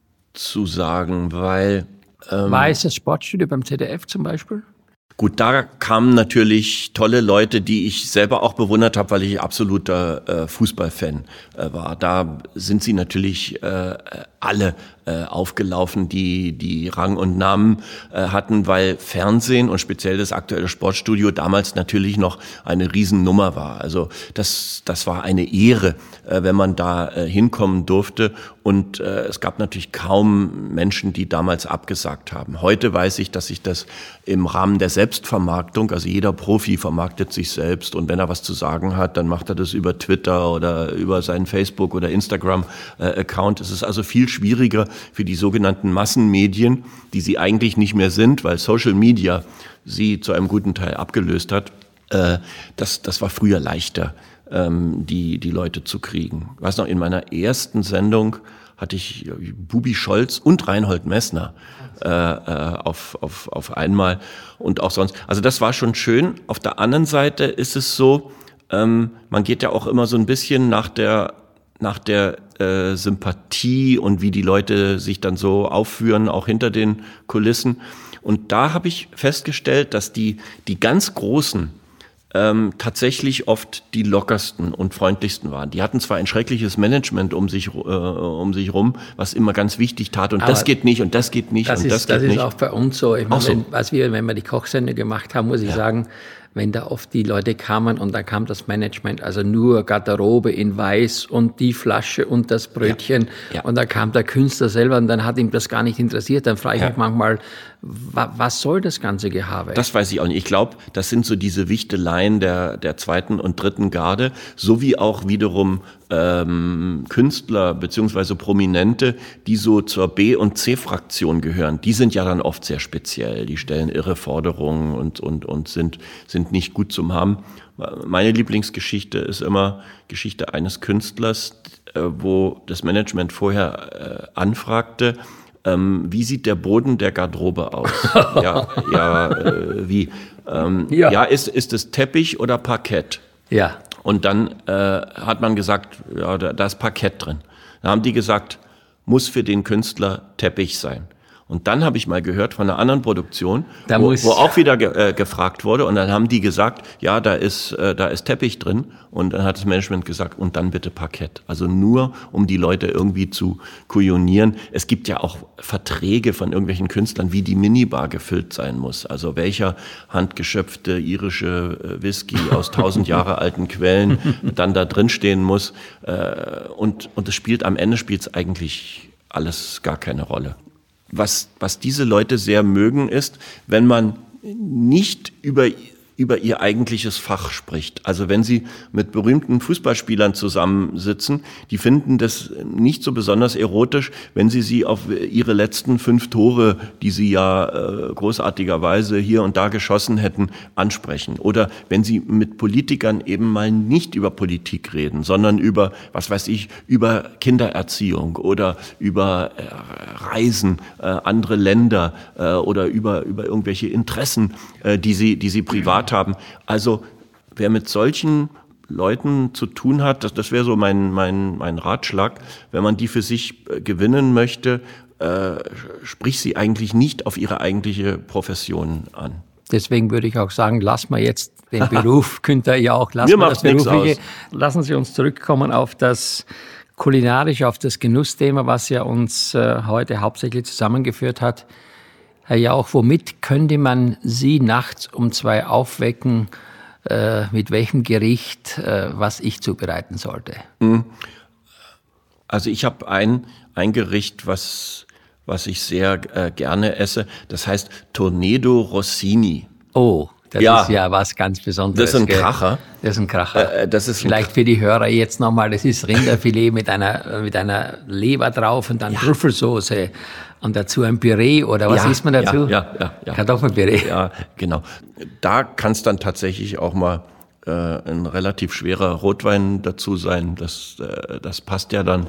zu sagen, weil... Ähm, War es das Sportstudio beim Z D F zum Beispiel? Gut, da kamen natürlich tolle Leute, die ich selber auch bewundert habe, weil ich absoluter äh, Fußballfan äh, war. Da sind sie natürlich äh, alle äh, aufgelaufen, die die Rang und Namen äh, hatten, weil Fernsehen und speziell das aktuelle Sportstudio damals natürlich noch eine Riesennummer war. Also das das war eine Ehre, äh, wenn man da äh, hinkommen durfte. Und äh, es gab natürlich kaum Menschen, die damals abgesagt haben. Heute weiß ich, dass sich das im Rahmen der Selbstvermarktung, also jeder Profi vermarktet sich selbst und wenn er was zu sagen hat, dann macht er das über Twitter oder über seinen Facebook- oder Instagram-Account. Es ist also viel schwieriger für die sogenannten Massenmedien, die sie eigentlich nicht mehr sind, weil Social Media sie zu einem guten Teil abgelöst hat. Äh, das, das war früher leichter, ähm, die, die Leute zu kriegen. Ich weiß noch, in meiner ersten Sendung hatte ich Bubi Scholz und Reinhold Messner äh, auf, auf, auf einmal und auch sonst. Also das war schon schön. Auf der anderen Seite ist es so, ähm, man geht ja auch immer so ein bisschen nach der, nach der äh, Sympathie und wie die Leute sich dann so aufführen, auch hinter den Kulissen. Und da habe ich festgestellt, dass die, die ganz Großen Ähm, tatsächlich oft die lockersten und freundlichsten waren. Die hatten zwar ein schreckliches Management um sich äh, um sich rum, was immer ganz wichtig tat und aber das geht nicht und das geht nicht das und ist, das geht das nicht. Das ist auch bei uns so. Ich meine, so. wenn, was wir, wenn wir die Kochsendung gemacht haben, muss ich ja. sagen, wenn da oft die Leute kamen und dann kam das Management, also nur Garderobe in Weiß und die Flasche und das Brötchen ja. Ja. und dann kam der Künstler selber und dann hat ihm das gar nicht interessiert. Dann frage ich ja. mich manchmal, wa, was soll das ganze Gehabe? Das weiß ich auch nicht. Ich glaube, das sind so diese Wichteleien der, der zweiten und dritten Garde, sowie auch wiederum ähm, Künstler beziehungsweise Prominente, die so zur B- und C-Fraktion gehören. Die sind ja dann oft sehr speziell. Die stellen irre Forderungen und, und, und sind, sind nicht gut zum Haben. Meine Lieblingsgeschichte ist immer Geschichte eines Künstlers, äh, wo das Management vorher äh, anfragte, ähm, wie sieht der Boden der Garderobe aus? ja, ja, äh, wie? Ähm, ja, ja ist, ist es Teppich oder Parkett? Ja. Und dann äh, hat man gesagt, ja, da, da ist Parkett drin. Dann haben die gesagt, muss für den Künstler Teppich sein. Und dann habe ich mal gehört von einer anderen Produktion, wo, wo auch wieder ge, äh, gefragt wurde. Und dann haben die gesagt, ja, da ist, äh, da ist Teppich drin. Und dann hat das Management gesagt, und dann bitte Parkett. Also nur, um die Leute irgendwie zu kujonieren. Es gibt ja auch Verträge von irgendwelchen Künstlern, wie die Minibar gefüllt sein muss. Also welcher handgeschöpfte irische Whisky aus tausend Jahre alten Quellen dann da drin stehen muss. Äh, und, und es spielt, am Ende spielt es eigentlich alles gar keine Rolle. Was, was diese Leute sehr mögen, ist, wenn man nicht über über ihr eigentliches Fach spricht. Also wenn Sie mit berühmten Fußballspielern zusammensitzen, die finden das nicht so besonders erotisch, wenn Sie sie auf ihre letzten fünf Tore, die sie ja äh, großartigerweise hier und da geschossen hätten, ansprechen. Oder wenn Sie mit Politikern eben mal nicht über Politik reden, sondern über, was weiß ich, über Kindererziehung oder über äh, Reisen, äh, andere Länder äh, oder über, über irgendwelche Interessen, äh, die sie, die sie privat haben. Also wer mit solchen Leuten zu tun hat, das, das wäre so mein, mein, mein Ratschlag, wenn man die für sich äh, gewinnen möchte, äh, sprich sie eigentlich nicht auf ihre eigentliche Profession an. Deswegen würde ich auch sagen, lassen wir jetzt den Beruf, Günther Jauch, lassen Mir wir das macht's Berufliche. Lassen Sie uns zurückkommen auf das kulinarische, auf das Genussthema, was ja uns äh, heute hauptsächlich zusammengeführt hat. Herr Jauch, womit könnte man Sie nachts um zwei aufwecken, äh, mit welchem Gericht, äh, was ich zubereiten sollte? Also ich habe ein, ein Gericht, was, was ich sehr äh, gerne esse, das heißt Tornado Rossini. Oh, das Ja. ist ja was ganz Besonderes. Das ist ein gell? Kracher. Das ist ein Kracher. Äh, das ist ein Vielleicht für die Hörer jetzt nochmal, das ist Rinderfilet mit einer, mit einer Leber drauf und dann Trüffelsoße und dazu ein Püree oder was Ja, isst man dazu? ja, ja, ja, ja. Kartoffelpüree. Ja, genau. Da kann es dann tatsächlich auch mal äh, ein relativ schwerer Rotwein dazu sein. Das, äh, das passt ja dann.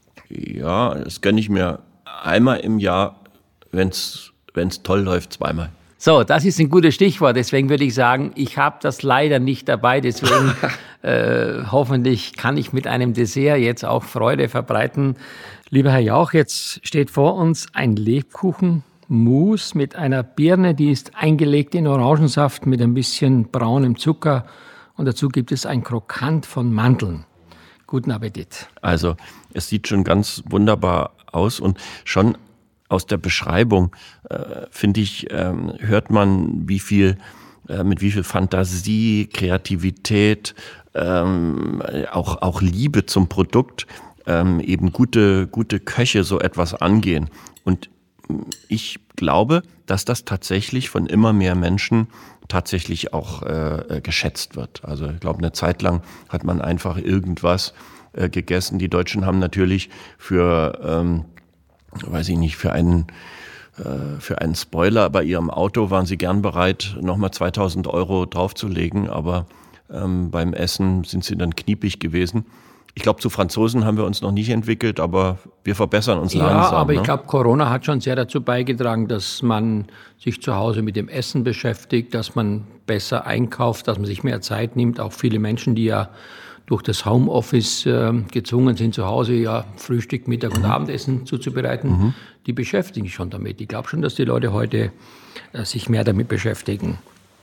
Ja, das gönne ich mir einmal im Jahr, wenn es toll läuft, zweimal. So, das ist ein gutes Stichwort. Deswegen würde ich sagen, ich habe das leider nicht dabei. Deswegen äh, hoffentlich kann ich mit einem Dessert jetzt auch Freude verbreiten. Lieber Herr Jauch, jetzt steht vor uns ein Lebkuchenmus mit einer Birne, die ist eingelegt in Orangensaft mit ein bisschen braunem Zucker. Und dazu gibt es ein Krokant von Mandeln. Guten Appetit. Also es sieht schon ganz wunderbar aus und schon aus der Beschreibung, äh, finde ich, ähm, hört man, wie viel, äh, mit wie viel Fantasie, Kreativität, ähm, auch, auch Liebe zum Produkt, ähm, eben gute, gute Köche so etwas angehen. Und ich glaube, dass das tatsächlich von immer mehr Menschen tatsächlich auch äh, geschätzt wird. Also ich glaube, eine Zeit lang hat man einfach irgendwas äh, gegessen. Die Deutschen haben natürlich für, ähm, weiß ich nicht, für einen äh, für einen Spoiler bei ihrem Auto waren sie gern bereit, nochmal zweitausend Euro draufzulegen, aber ähm, beim Essen sind sie dann kniepig gewesen. Ich glaube, zu Franzosen haben wir uns noch nicht entwickelt, aber wir verbessern uns Ja, langsam. aber ne? ich glaube, Corona hat schon sehr dazu beigetragen, dass man sich zu Hause mit dem Essen beschäftigt, dass man besser einkauft, dass man sich mehr Zeit nimmt. Auch viele Menschen, die ja durch das Homeoffice äh, gezwungen sind, zu Hause ja Frühstück, Mittag und mhm. Abendessen zuzubereiten, mhm. die beschäftigen sich schon damit. Ich glaube schon, dass die Leute heute äh, sich mehr damit beschäftigen.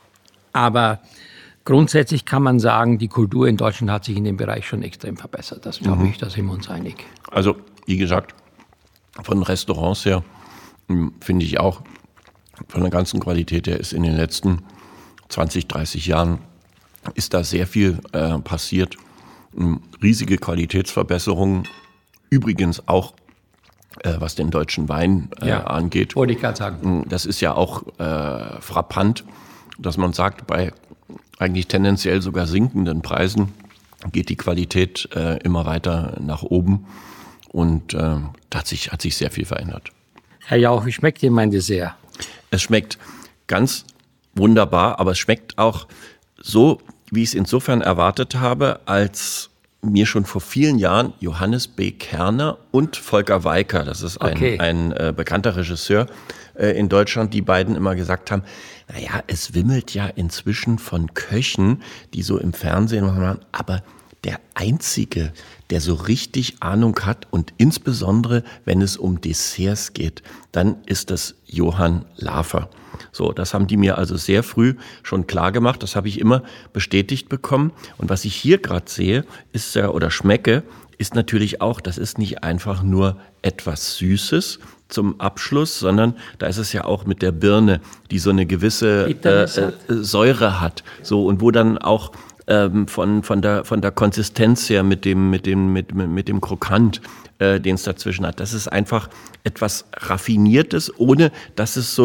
Aber grundsätzlich kann man sagen, die Kultur in Deutschland hat sich in dem Bereich schon extrem verbessert. Das glaube mhm. ich, da sind wir uns einig. Also, wie gesagt, von Restaurants her finde ich auch, von der ganzen Qualität her ist in den letzten zwanzig, dreißig Jahren ist da sehr viel äh, passiert. Riesige Qualitätsverbesserungen. Übrigens auch, äh, was den deutschen Wein äh, ja, angeht. Wollte ich gerade sagen. Das ist ja auch äh, frappant, dass man sagt, bei eigentlich tendenziell sogar sinkenden Preisen geht die Qualität äh, immer weiter nach oben und äh, da hat sich, hat sich sehr viel verändert. Herr Jauch, wie schmeckt Ihnen mein Dessert? Es schmeckt ganz wunderbar, aber es schmeckt auch so, wie ich es insofern erwartet habe, als mir schon vor vielen Jahren Johannes B. Kerner und Volker Weicker, das ist ein, okay. ein äh, bekannter Regisseur äh, in Deutschland, die beiden immer gesagt haben, naja, es wimmelt ja inzwischen von Köchen, die so im Fernsehen machen, aber der Einzige, der so richtig Ahnung hat und insbesondere, wenn es um Desserts geht, dann ist das Johann Lafer. So, das haben die mir also sehr früh schon klar gemacht. Das habe ich immer bestätigt bekommen. Und was ich hier gerade sehe, ist ja oder schmecke, ist natürlich auch, das ist nicht einfach nur etwas Süßes zum Abschluss, sondern da ist es ja auch mit der Birne, die so eine gewisse äh, äh, Säure hat. So und wo dann auch ähm, von von der von der Konsistenz her mit dem mit dem mit mit dem Krokant, äh, den es dazwischen hat. Das ist einfach etwas Raffiniertes, ohne dass es so ein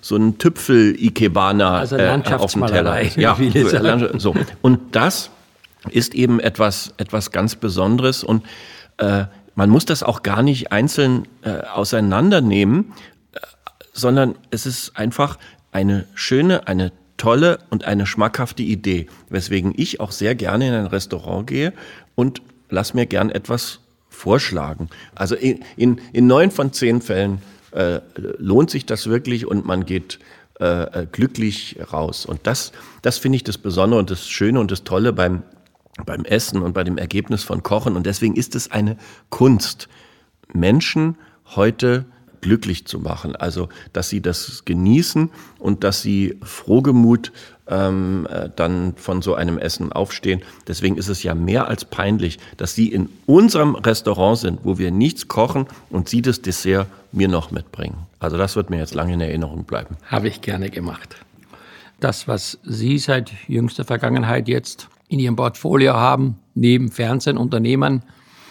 so ein Tüpfel-Ikebana also äh, auf dem Teller. Ja, so. Und das ist eben etwas, etwas ganz Besonderes und äh, man muss das auch gar nicht einzeln äh, auseinandernehmen, äh, sondern es ist einfach eine schöne, eine tolle und eine schmackhafte Idee, weswegen ich auch sehr gerne in ein Restaurant gehe und lass mir gern etwas vorschlagen. Also in, in, in neun von zehn Fällen äh, lohnt sich das wirklich und man geht äh, glücklich raus. Und das, das finde ich das Besondere und das Schöne und das Tolle beim beim Essen und bei dem Ergebnis von Kochen. Und deswegen ist es eine Kunst, Menschen heute glücklich zu machen. Also, dass sie das genießen und dass sie frohgemut ähm, dann von so einem Essen aufstehen. Deswegen ist es ja mehr als peinlich, dass sie in unserem Restaurant sind, wo wir nichts kochen und sie das Dessert mir noch mitbringen. Also das wird mir jetzt lange in Erinnerung bleiben. Habe ich gerne gemacht. Das, was Sie seit jüngster Vergangenheit jetzt in Ihrem Portfolio haben, neben Fernsehen, Unternehmen,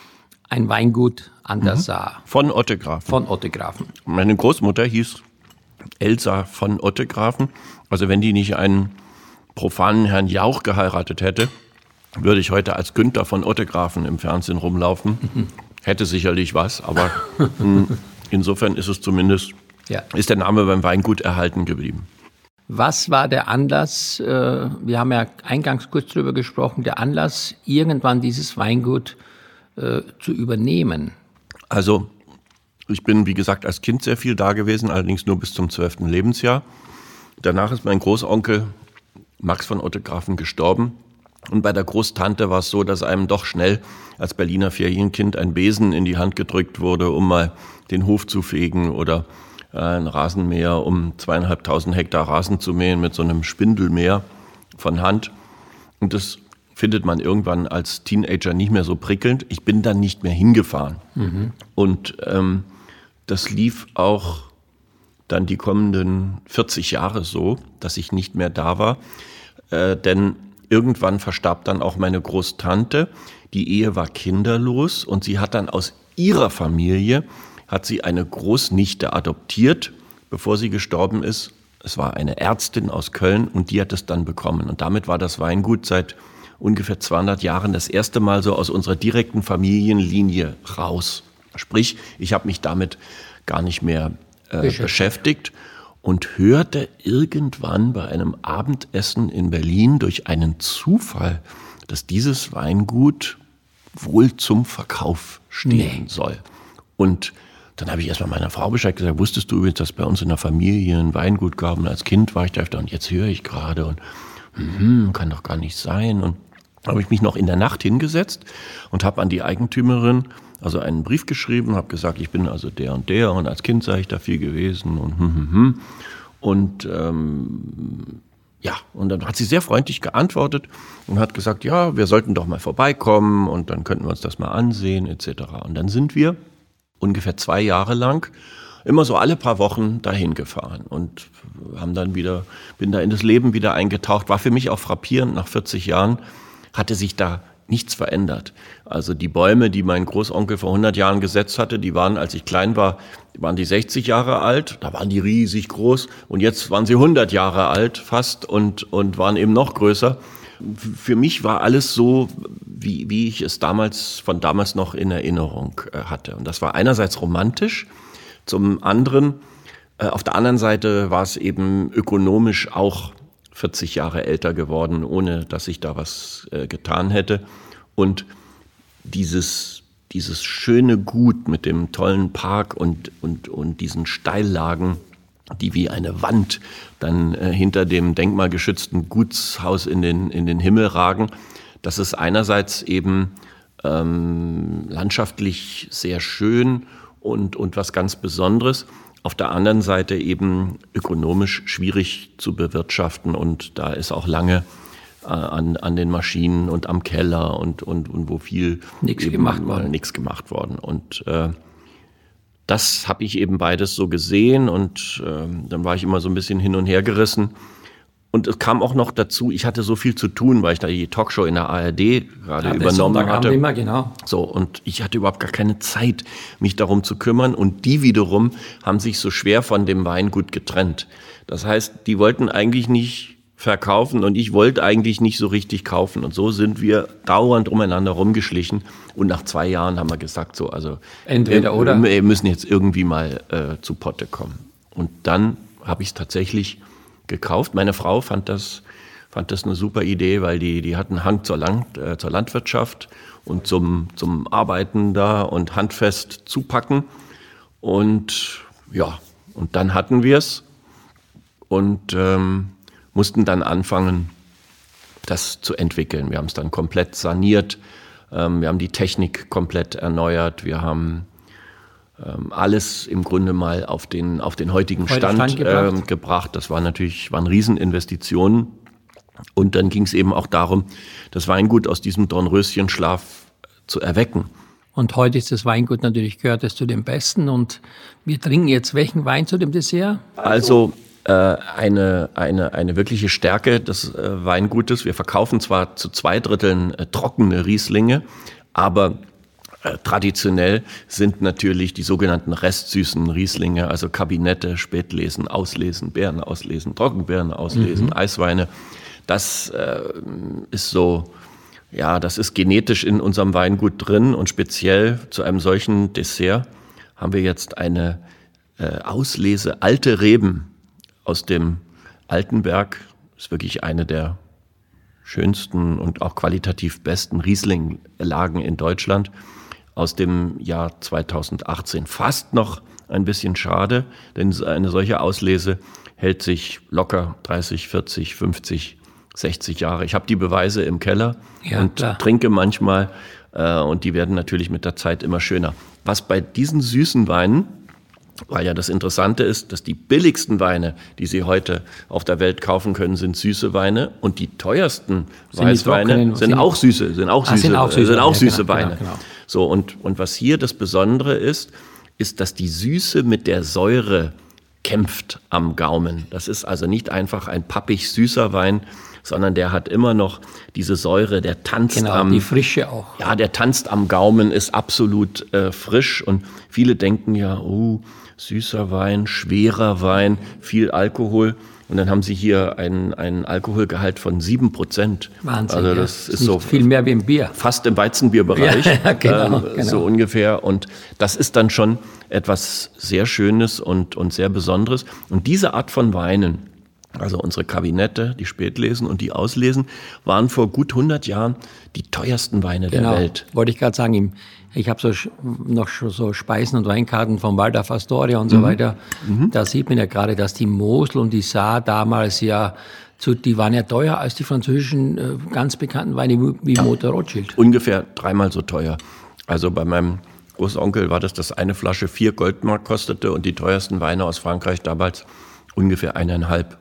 ein Weingut an der Mhm. Saar. Von Ottegrafen. Von Ottegrafen. Meine Großmutter hieß Elsa von Ottegrafen. Also wenn die nicht einen profanen Herrn Jauch geheiratet hätte, würde ich heute als Günther von Ottegrafen im Fernsehen rumlaufen. Mhm. Hätte sicherlich was, aber mh, insofern ist es zumindest, Ja. ist der Name beim Weingut erhalten geblieben. Was war der Anlass, äh, wir haben ja eingangs kurz drüber gesprochen, der Anlass, irgendwann dieses Weingut äh, zu übernehmen? Also ich bin, wie gesagt, als Kind sehr viel da gewesen, allerdings nur bis zum zwölften Lebensjahr. Danach ist mein Großonkel Max von Ottegrafen gestorben. Und bei der Großtante war es so, dass einem doch schnell als Berliner Ferienkind ein Besen in die Hand gedrückt wurde, um mal den Hof zu fegen oder ein Rasenmäher, um zweieinhalbtausend Hektar Rasen zu mähen mit so einem Spindelmäher von Hand. Und das findet man irgendwann als Teenager nicht mehr so prickelnd. Ich bin dann nicht mehr hingefahren. Mhm. Und ähm, das lief auch dann die kommenden vierzig Jahre so, dass ich nicht mehr da war. Äh, denn irgendwann verstarb dann auch meine Großtante. Die Ehe war kinderlos und sie hat dann aus ihrer Familie hat sie eine Großnichte adoptiert, bevor sie gestorben ist. Es war eine Ärztin aus Köln und die hat es dann bekommen. Und damit war das Weingut seit ungefähr zweihundert Jahren das erste Mal so aus unserer direkten Familienlinie raus. Sprich, ich habe mich damit gar nicht mehr äh, beschäftigt. beschäftigt und hörte irgendwann bei einem Abendessen in Berlin durch einen Zufall, dass dieses Weingut wohl zum Verkauf stehen nee. soll. Und dann habe ich erstmal meiner Frau Bescheid gesagt, wusstest du übrigens, dass bei uns in der Familie ein Weingut gab und als Kind war ich da öfter und jetzt höre ich gerade und hm, kann doch gar nicht sein. Und habe ich mich noch in der Nacht hingesetzt und habe an die Eigentümerin also einen Brief geschrieben, habe gesagt, ich bin also der und der und als Kind sei ich da viel gewesen und hm, hm, hm. Und ähm, ja, und dann hat sie sehr freundlich geantwortet und hat gesagt, ja, wir sollten doch mal vorbeikommen und dann könnten wir uns das mal ansehen et cetera. Und dann sind wir ungefähr zwei Jahre lang immer so alle paar Wochen dahin gefahren und haben dann wieder, bin da in das Leben wieder eingetaucht. War für mich auch frappierend, nach vierzig Jahren hatte sich da nichts verändert. Also die Bäume, die mein Großonkel vor hundert Jahren gesetzt hatte, die waren, als ich klein war, waren die sechzig Jahre alt, da waren die riesig groß und jetzt waren sie hundert Jahre alt fast und, und waren eben noch größer. Für mich war alles so, wie, wie ich es damals, von damals noch in Erinnerung hatte. Und das war einerseits romantisch, zum anderen, äh, auf der anderen Seite war es eben ökonomisch auch vierzig Jahre älter geworden, ohne dass ich da was äh, getan hätte. Und dieses, dieses schöne Gut mit dem tollen Park und, und, und diesen Steillagen, die wie eine Wand dann äh, hinter dem denkmalgeschützten Gutshaus in den, in den Himmel ragen. Das ist einerseits eben ähm, landschaftlich sehr schön und, und was ganz Besonderes. Auf der anderen Seite eben ökonomisch schwierig zu bewirtschaften und da ist auch lange äh, an, an den Maschinen und am Keller und, und, und wo viel nichts gemacht worden. Nichts gemacht worden. Und äh, das habe ich eben beides so gesehen und äh, dann war ich immer so ein bisschen hin und her gerissen. Und es kam auch noch dazu, ich hatte so viel zu tun, weil ich da die Talkshow in der A R D gerade ja, übernommen hatte. Immer, genau. So, und ich hatte überhaupt gar keine Zeit, mich darum zu kümmern. Und die wiederum haben sich so schwer von dem Weingut getrennt. Das heißt, die wollten eigentlich nicht verkaufen und ich wollte eigentlich nicht so richtig kaufen. Und so sind wir dauernd umeinander rumgeschlichen. Und nach zwei Jahren haben wir gesagt, so, also entweder wir, oder. Wir müssen jetzt irgendwie mal äh, zu Potte kommen. Und dann habe ich es tatsächlich gekauft. Meine Frau fand das, fand das eine super Idee, weil die, die hatten Hang zur, Land, äh, zur Landwirtschaft und zum, zum Arbeiten da und handfest zupacken. Und ja, und dann hatten wir es und ähm, mussten dann anfangen, das zu entwickeln. Wir haben es dann komplett saniert, ähm, wir haben die Technik komplett erneuert, wir haben ähm, alles im Grunde mal auf den, auf den heutigen Stand, Stand gebracht. Ähm, gebracht. Das war natürlich, waren Rieseninvestitionen. Und dann ging es eben auch darum, das Weingut aus diesem Dornröschenschlaf zu erwecken. Und heute ist das Weingut natürlich, gehört es zu den Besten. Und wir trinken jetzt welchen Wein zu dem Dessert? Also äh, eine, eine, eine wirkliche Stärke des äh, Weingutes. Wir verkaufen zwar zu zwei Dritteln äh, trockene Rieslinge, aber äh, traditionell sind natürlich die sogenannten restsüßen Rieslinge, also Kabinette, Spätlesen, Auslesen, Beeren auslesen, Trockenbeeren auslesen, mhm. Eisweine. Das äh, ist so, ja, das ist genetisch in unserem Weingut drin und speziell zu einem solchen Dessert haben wir jetzt eine äh, Auslese alte Reben aus dem Altenberg. Das ist wirklich eine der schönsten und auch qualitativ besten Riesling-Lagen in Deutschland aus dem Jahr zweitausendachtzehn. Fast noch ein bisschen schade, denn eine solche Auslese hält sich locker dreißig, vierzig, fünfzig, sechzig Jahre. Ich habe die Beweise im Keller ja, und klar. trinke manchmal äh, und die werden natürlich mit der Zeit immer schöner. Was bei diesen süßen Weinen, weil ja das Interessante ist, dass die billigsten Weine, die Sie heute auf der Welt kaufen können, sind süße Weine und die teuersten sind Weißweine die sind, sind auch süße, sind auch ah, süße, sind auch süße, sind auch süße ja, genau, Weine. Genau, genau. So und und was hier das Besondere ist, ist, dass die Süße mit der Säure kämpft am Gaumen. Das ist also nicht einfach ein pappig süßer Wein, sondern der hat immer noch diese Säure, der tanzt genau, am... die Frische auch. Ja, der tanzt am Gaumen, ist absolut äh, frisch und viele denken ja, oh, süßer Wein, schwerer Wein, viel Alkohol und dann haben sie hier einen, einen Alkoholgehalt von sieben Prozent. Wahnsinn, also das ja. ist, ist so viel mehr wie im Bier. Fast im Weizenbierbereich, ja, ja, genau, äh, genau. so ungefähr und das ist dann schon etwas sehr Schönes und, und sehr Besonderes und diese Art von Weinen, also unsere Kabinette, die Spätlesen und die Auslesen, waren vor gut hundert Jahren die teuersten Weine genau, der Welt. Wollte ich gerade sagen, ich habe so noch so Speisen- und Weinkarten von Waldorf Astoria und so mhm. weiter. Mhm. Da sieht man ja gerade, dass die Mosel und die Saar damals ja, zu, die waren ja teuer als die französischen äh, ganz bekannten Weine wie, wie ja. Motto Rothschild. Ungefähr dreimal so teuer. Also bei meinem Großonkel war das, dass eine Flasche vier Goldmark kostete und die teuersten Weine aus Frankreich damals ungefähr eineinhalb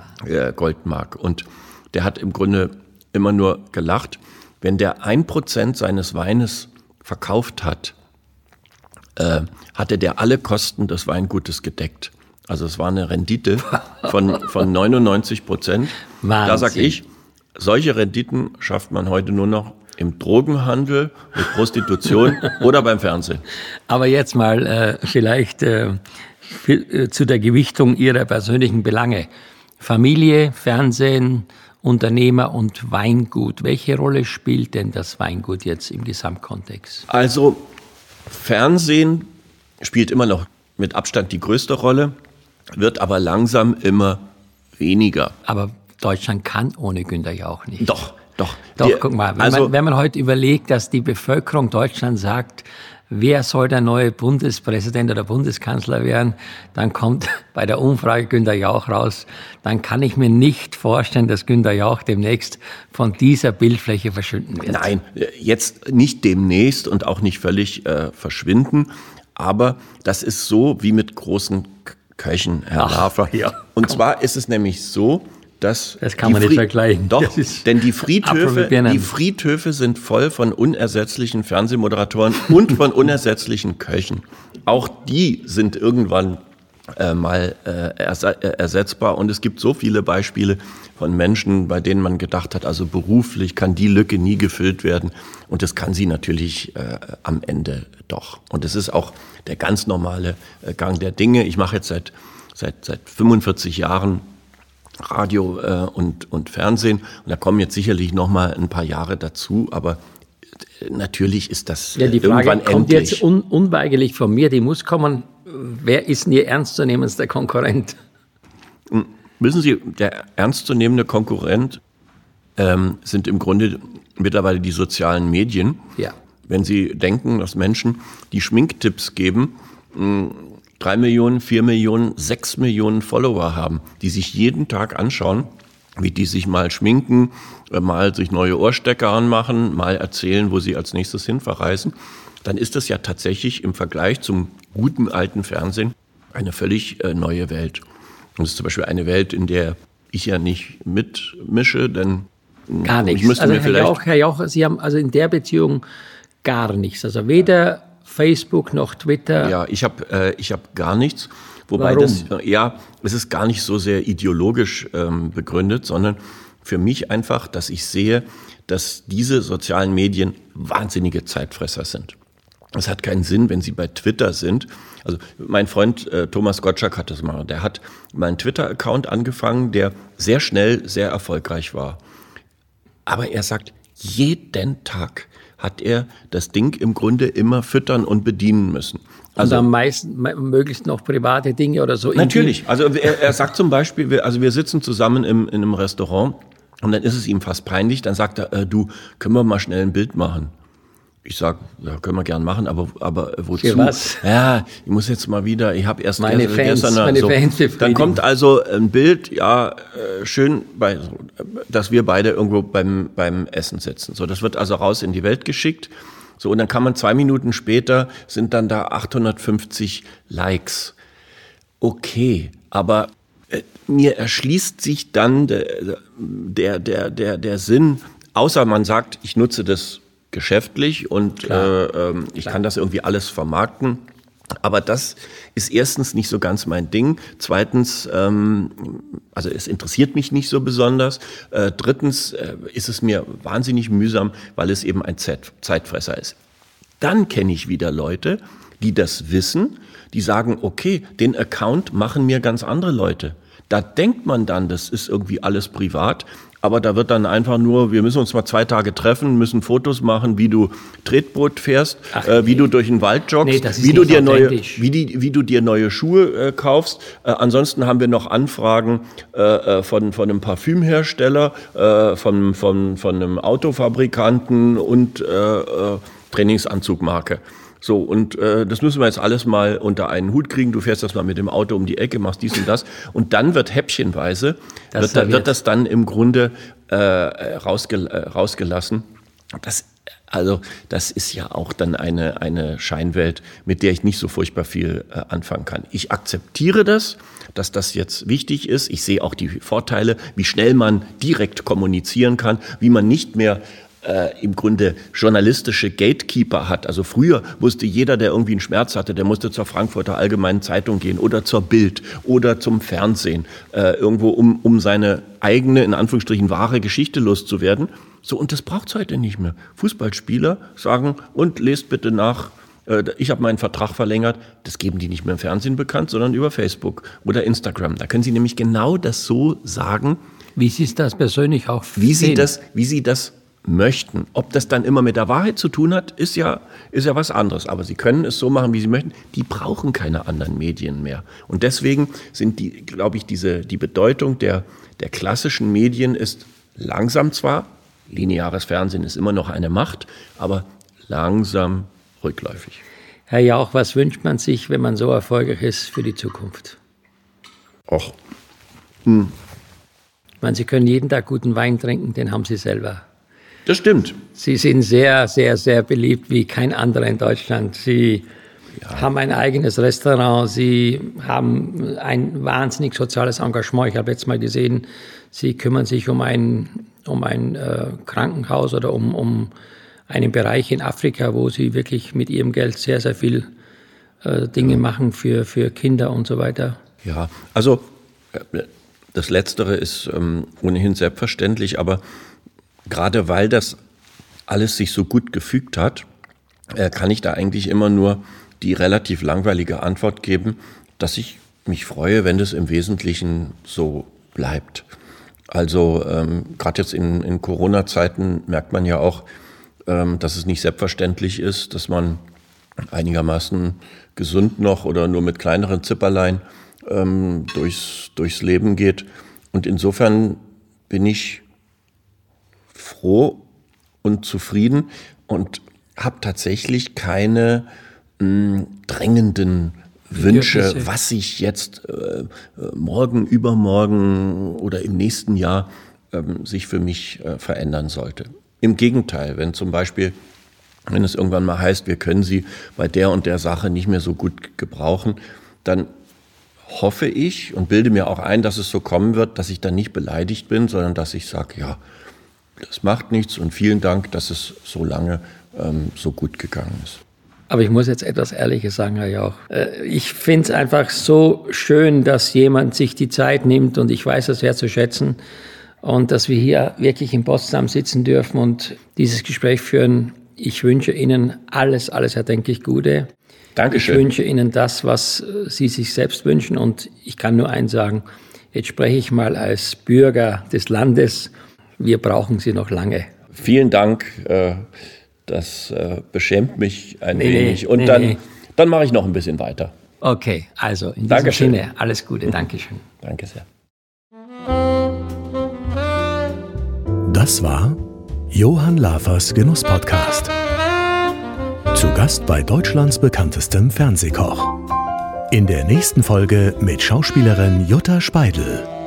Goldmark. Und der hat im Grunde immer nur gelacht, wenn der ein Prozent seines Weines verkauft hat, äh, hatte der alle Kosten des Weingutes gedeckt. Also es war eine Rendite von, von neunundneunzig Prozent. Da sag ich, solche Renditen schafft man heute nur noch im Drogenhandel, mit Prostitution oder beim Fernsehen. Aber jetzt mal äh, vielleicht äh, für, äh, zu der Gewichtung Ihrer persönlichen Belange. Familie, Fernsehen, Unternehmer und Weingut. Welche Rolle spielt denn das Weingut jetzt im Gesamtkontext? Also Fernsehen spielt immer noch mit Abstand die größte Rolle, wird aber langsam immer weniger. Aber Deutschland kann ohne Günter Jauch nicht. Doch, doch. Doch, Die, guck mal, wenn, also, man, wenn man heute überlegt, dass die Bevölkerung Deutschlands sagt, wer soll der neue Bundespräsident oder Bundeskanzler werden, dann kommt bei der Umfrage Günter Jauch raus. Dann kann ich mir nicht vorstellen, dass Günter Jauch demnächst von dieser Bildfläche verschwinden wird. Nein, jetzt nicht demnächst und auch nicht völlig äh, verschwinden. Aber das ist so wie mit großen Köchen, Herr Lafer. Ja, und zwar ist es nämlich so, dass das kann man nicht vergleichen. Doch, denn die Friedhöfe, die Friedhöfe sind voll von unersetzlichen Fernsehmoderatoren und von unersetzlichen Köchen. Auch die sind irgendwann äh, mal äh, erse- ersetzbar. Und es gibt so viele Beispiele von Menschen, bei denen man gedacht hat, also beruflich kann die Lücke nie gefüllt werden. Und das kann sie natürlich äh, am Ende doch. Und es ist auch der ganz normale äh, Gang der Dinge. Ich mache jetzt seit, seit, seit fünfundvierzig Jahren Radio äh, und, und Fernsehen. Und da kommen jetzt sicherlich noch mal ein paar Jahre dazu. Aber natürlich ist das ja, die Frage irgendwann kommt endlich. jetzt un, unweigerlich von mir, die muss kommen. Wer ist denn Ihr ernstzunehmendster Konkurrent? Wissen Sie, der ernstzunehmende Konkurrent ähm, sind im Grunde mittlerweile die sozialen Medien. Ja. Wenn Sie denken, dass Menschen, die Schminktipps geben, mh, drei Millionen, vier Millionen, sechs Millionen Follower haben, die sich jeden Tag anschauen, wie die sich mal schminken, mal sich neue Ohrstecker anmachen, mal erzählen, wo sie als nächstes hin verreisen, dann ist das ja tatsächlich im Vergleich zum guten alten Fernsehen eine völlig äh, neue Welt. Und das ist zum Beispiel eine Welt, in der ich ja nicht mitmische, denn gar nichts. Ich müsste also mir Herr vielleicht Jauch, Herr Jauch, Sie haben also in der Beziehung gar nichts. Also weder Facebook noch Twitter. Ja, ich habe äh, ich hab gar nichts. Wobei Warum? das, ja, es ist gar nicht so sehr ideologisch ähm, begründet, sondern für mich einfach, dass ich sehe, dass diese sozialen Medien wahnsinnige Zeitfresser sind. Es hat keinen Sinn, wenn sie bei Twitter sind. Also mein Freund äh, Thomas Gottschalk hat das mal. Der hat meinen Twitter-Account angefangen, der sehr schnell, sehr erfolgreich war. Aber er sagt, jeden Tag hat er das Ding im Grunde immer füttern und bedienen müssen. Also am meisten, möglichst noch private Dinge oder so. Natürlich. Also er, er sagt zum Beispiel, wir, also wir sitzen zusammen im, in einem Restaurant und dann ist es ihm fast peinlich. Dann sagt er, äh, du, können wir mal schnell ein Bild machen? Ich sag, ja, können wir gern machen, aber aber wozu? Für was? Ja, ich muss jetzt mal wieder, ich habe erst meine gestern, Fans, gestern meine so, Fans dann kommt also ein Bild, ja, äh, schön, bei, dass wir beide irgendwo beim beim Essen sitzen. So, das wird also raus in die Welt geschickt. So, und dann kann man zwei Minuten später, sind dann da achthundertfünfzig Likes. Okay, aber äh, mir erschließt sich dann der, der, der, der, der Sinn, außer man sagt, ich nutze das geschäftlich und äh, äh, ich Klar. kann das irgendwie alles vermarkten. Aber das ist erstens nicht so ganz mein Ding. Zweitens, ähm, also es interessiert mich nicht so besonders. Äh, drittens äh, ist es mir wahnsinnig mühsam, weil es eben ein Zeit- Zeitfresser ist. Dann kenne ich wieder Leute, die das wissen, die sagen, okay, den Account machen mir ganz andere Leute. Da denkt man dann, das ist irgendwie alles privat. Aber da wird dann einfach nur, wir müssen uns mal zwei Tage treffen, müssen Fotos machen, wie du Tretboot fährst, Ach, äh, wie nee. du durch den Wald joggst, Nee, das ist wie, du nicht dir neue, authentisch. wie, die, wie du dir neue Schuhe äh, kaufst. Äh, ansonsten haben wir noch Anfragen äh, von, von einem Parfümhersteller, äh, von, von, von einem Autofabrikanten und äh, äh, Trainingsanzugmarke. So, und äh, das müssen wir jetzt alles mal unter einen Hut kriegen. Du fährst das mal mit dem Auto um die Ecke, machst dies und das. Und dann wird häppchenweise, Das wird, wird das dann im Grunde äh, rausge, äh, rausgelassen. Das, also das ist ja auch dann eine, eine Scheinwelt, mit der ich nicht so furchtbar viel äh, anfangen kann. Ich akzeptiere das, dass das jetzt wichtig ist. Ich sehe auch die Vorteile, wie schnell man direkt kommunizieren kann, wie man nicht mehr Äh, im Grunde journalistische Gatekeeper hat. Also früher musste jeder, der irgendwie einen Schmerz hatte, der musste zur Frankfurter Allgemeinen Zeitung gehen oder zur Bild oder zum Fernsehen, äh, irgendwo, um, um seine eigene, in Anführungsstrichen, wahre Geschichte loszuwerden. So, und das braucht's heute nicht mehr. Fußballspieler sagen, und lest bitte nach, äh, ich habe meinen Vertrag verlängert. Das geben die nicht mehr im Fernsehen bekannt, sondern über Facebook oder Instagram. Da können sie nämlich genau das so sagen, wie Sie es das persönlich auch wie sehen. sie das, wie sie das möchten. Ob das dann immer mit der Wahrheit zu tun hat, ist ja, ist ja was anderes. Aber sie können es so machen, wie sie möchten. Die brauchen keine anderen Medien mehr. Und deswegen sind die, glaube ich, diese, die Bedeutung der, der klassischen Medien ist langsam zwar, lineares Fernsehen ist immer noch eine Macht, aber langsam rückläufig. Herr Jauch, was wünscht man sich, wenn man so erfolgreich ist für die Zukunft? Och. Hm. Ich meine, Sie können jeden Tag guten Wein trinken, den haben Sie selber. Das stimmt. Sie sind sehr, sehr, sehr beliebt wie kein anderer in Deutschland. Sie ja. haben ein eigenes Restaurant. Sie haben ein wahnsinnig soziales Engagement. Ich habe jetzt mal gesehen, Sie kümmern sich um ein, um ein äh, Krankenhaus oder um, um einen Bereich in Afrika, wo Sie wirklich mit Ihrem Geld sehr, sehr viel äh, Dinge machen für, für Kinder und so weiter? Ja, also das Letztere ist ähm, ohnehin selbstverständlich, aber gerade weil das alles sich so gut gefügt hat, äh, kann ich da eigentlich immer nur die relativ langweilige Antwort geben, dass ich mich freue, wenn das im Wesentlichen so bleibt. Also ähm, gerade jetzt in, in Corona-Zeiten merkt man ja auch, ähm, dass es nicht selbstverständlich ist, dass man einigermaßen gesund noch oder nur mit kleineren Zipperlein ähm, durchs, durchs Leben geht. Und insofern bin ich froh und zufrieden und habe tatsächlich keine mh, drängenden Wünsche, was sich jetzt äh, morgen, übermorgen oder im nächsten Jahr ähm, sich für mich äh, verändern sollte. Im Gegenteil, wenn zum Beispiel, wenn es irgendwann mal heißt, wir können Sie bei der und der Sache nicht mehr so gut gebrauchen, dann hoffe ich und bilde mir auch ein, dass es so kommen wird, dass ich dann nicht beleidigt bin, sondern dass ich sage, ja, das macht nichts und vielen Dank, dass es so lange ähm, so gut gegangen ist. Aber ich muss jetzt etwas Ehrliches sagen, Herr Jauch. Ich finde es einfach so schön, dass jemand sich die Zeit nimmt und ich weiß das sehr zu schätzen und dass wir hier wirklich in Potsdam sitzen dürfen und dieses Gespräch führen. Ich wünsche Ihnen alles, alles erdenklich Gute. Dankeschön. Ich wünsche Ihnen das, was Sie sich selbst wünschen und ich kann nur eins sagen, jetzt spreche ich mal als Bürger des Landes, wir brauchen Sie noch lange. Vielen Dank. Das äh, beschämt mich ein nee, wenig. Und nee, dann, nee. dann mache ich noch ein bisschen weiter. Okay, also in diesem Dankeschön. Sinne, alles Gute. Dankeschön. Danke sehr. Das war Johann Lafers Genuss-Podcast. Zu Gast bei Deutschlands bekanntestem Fernsehkoch. In der nächsten Folge mit Schauspielerin Jutta Speidel.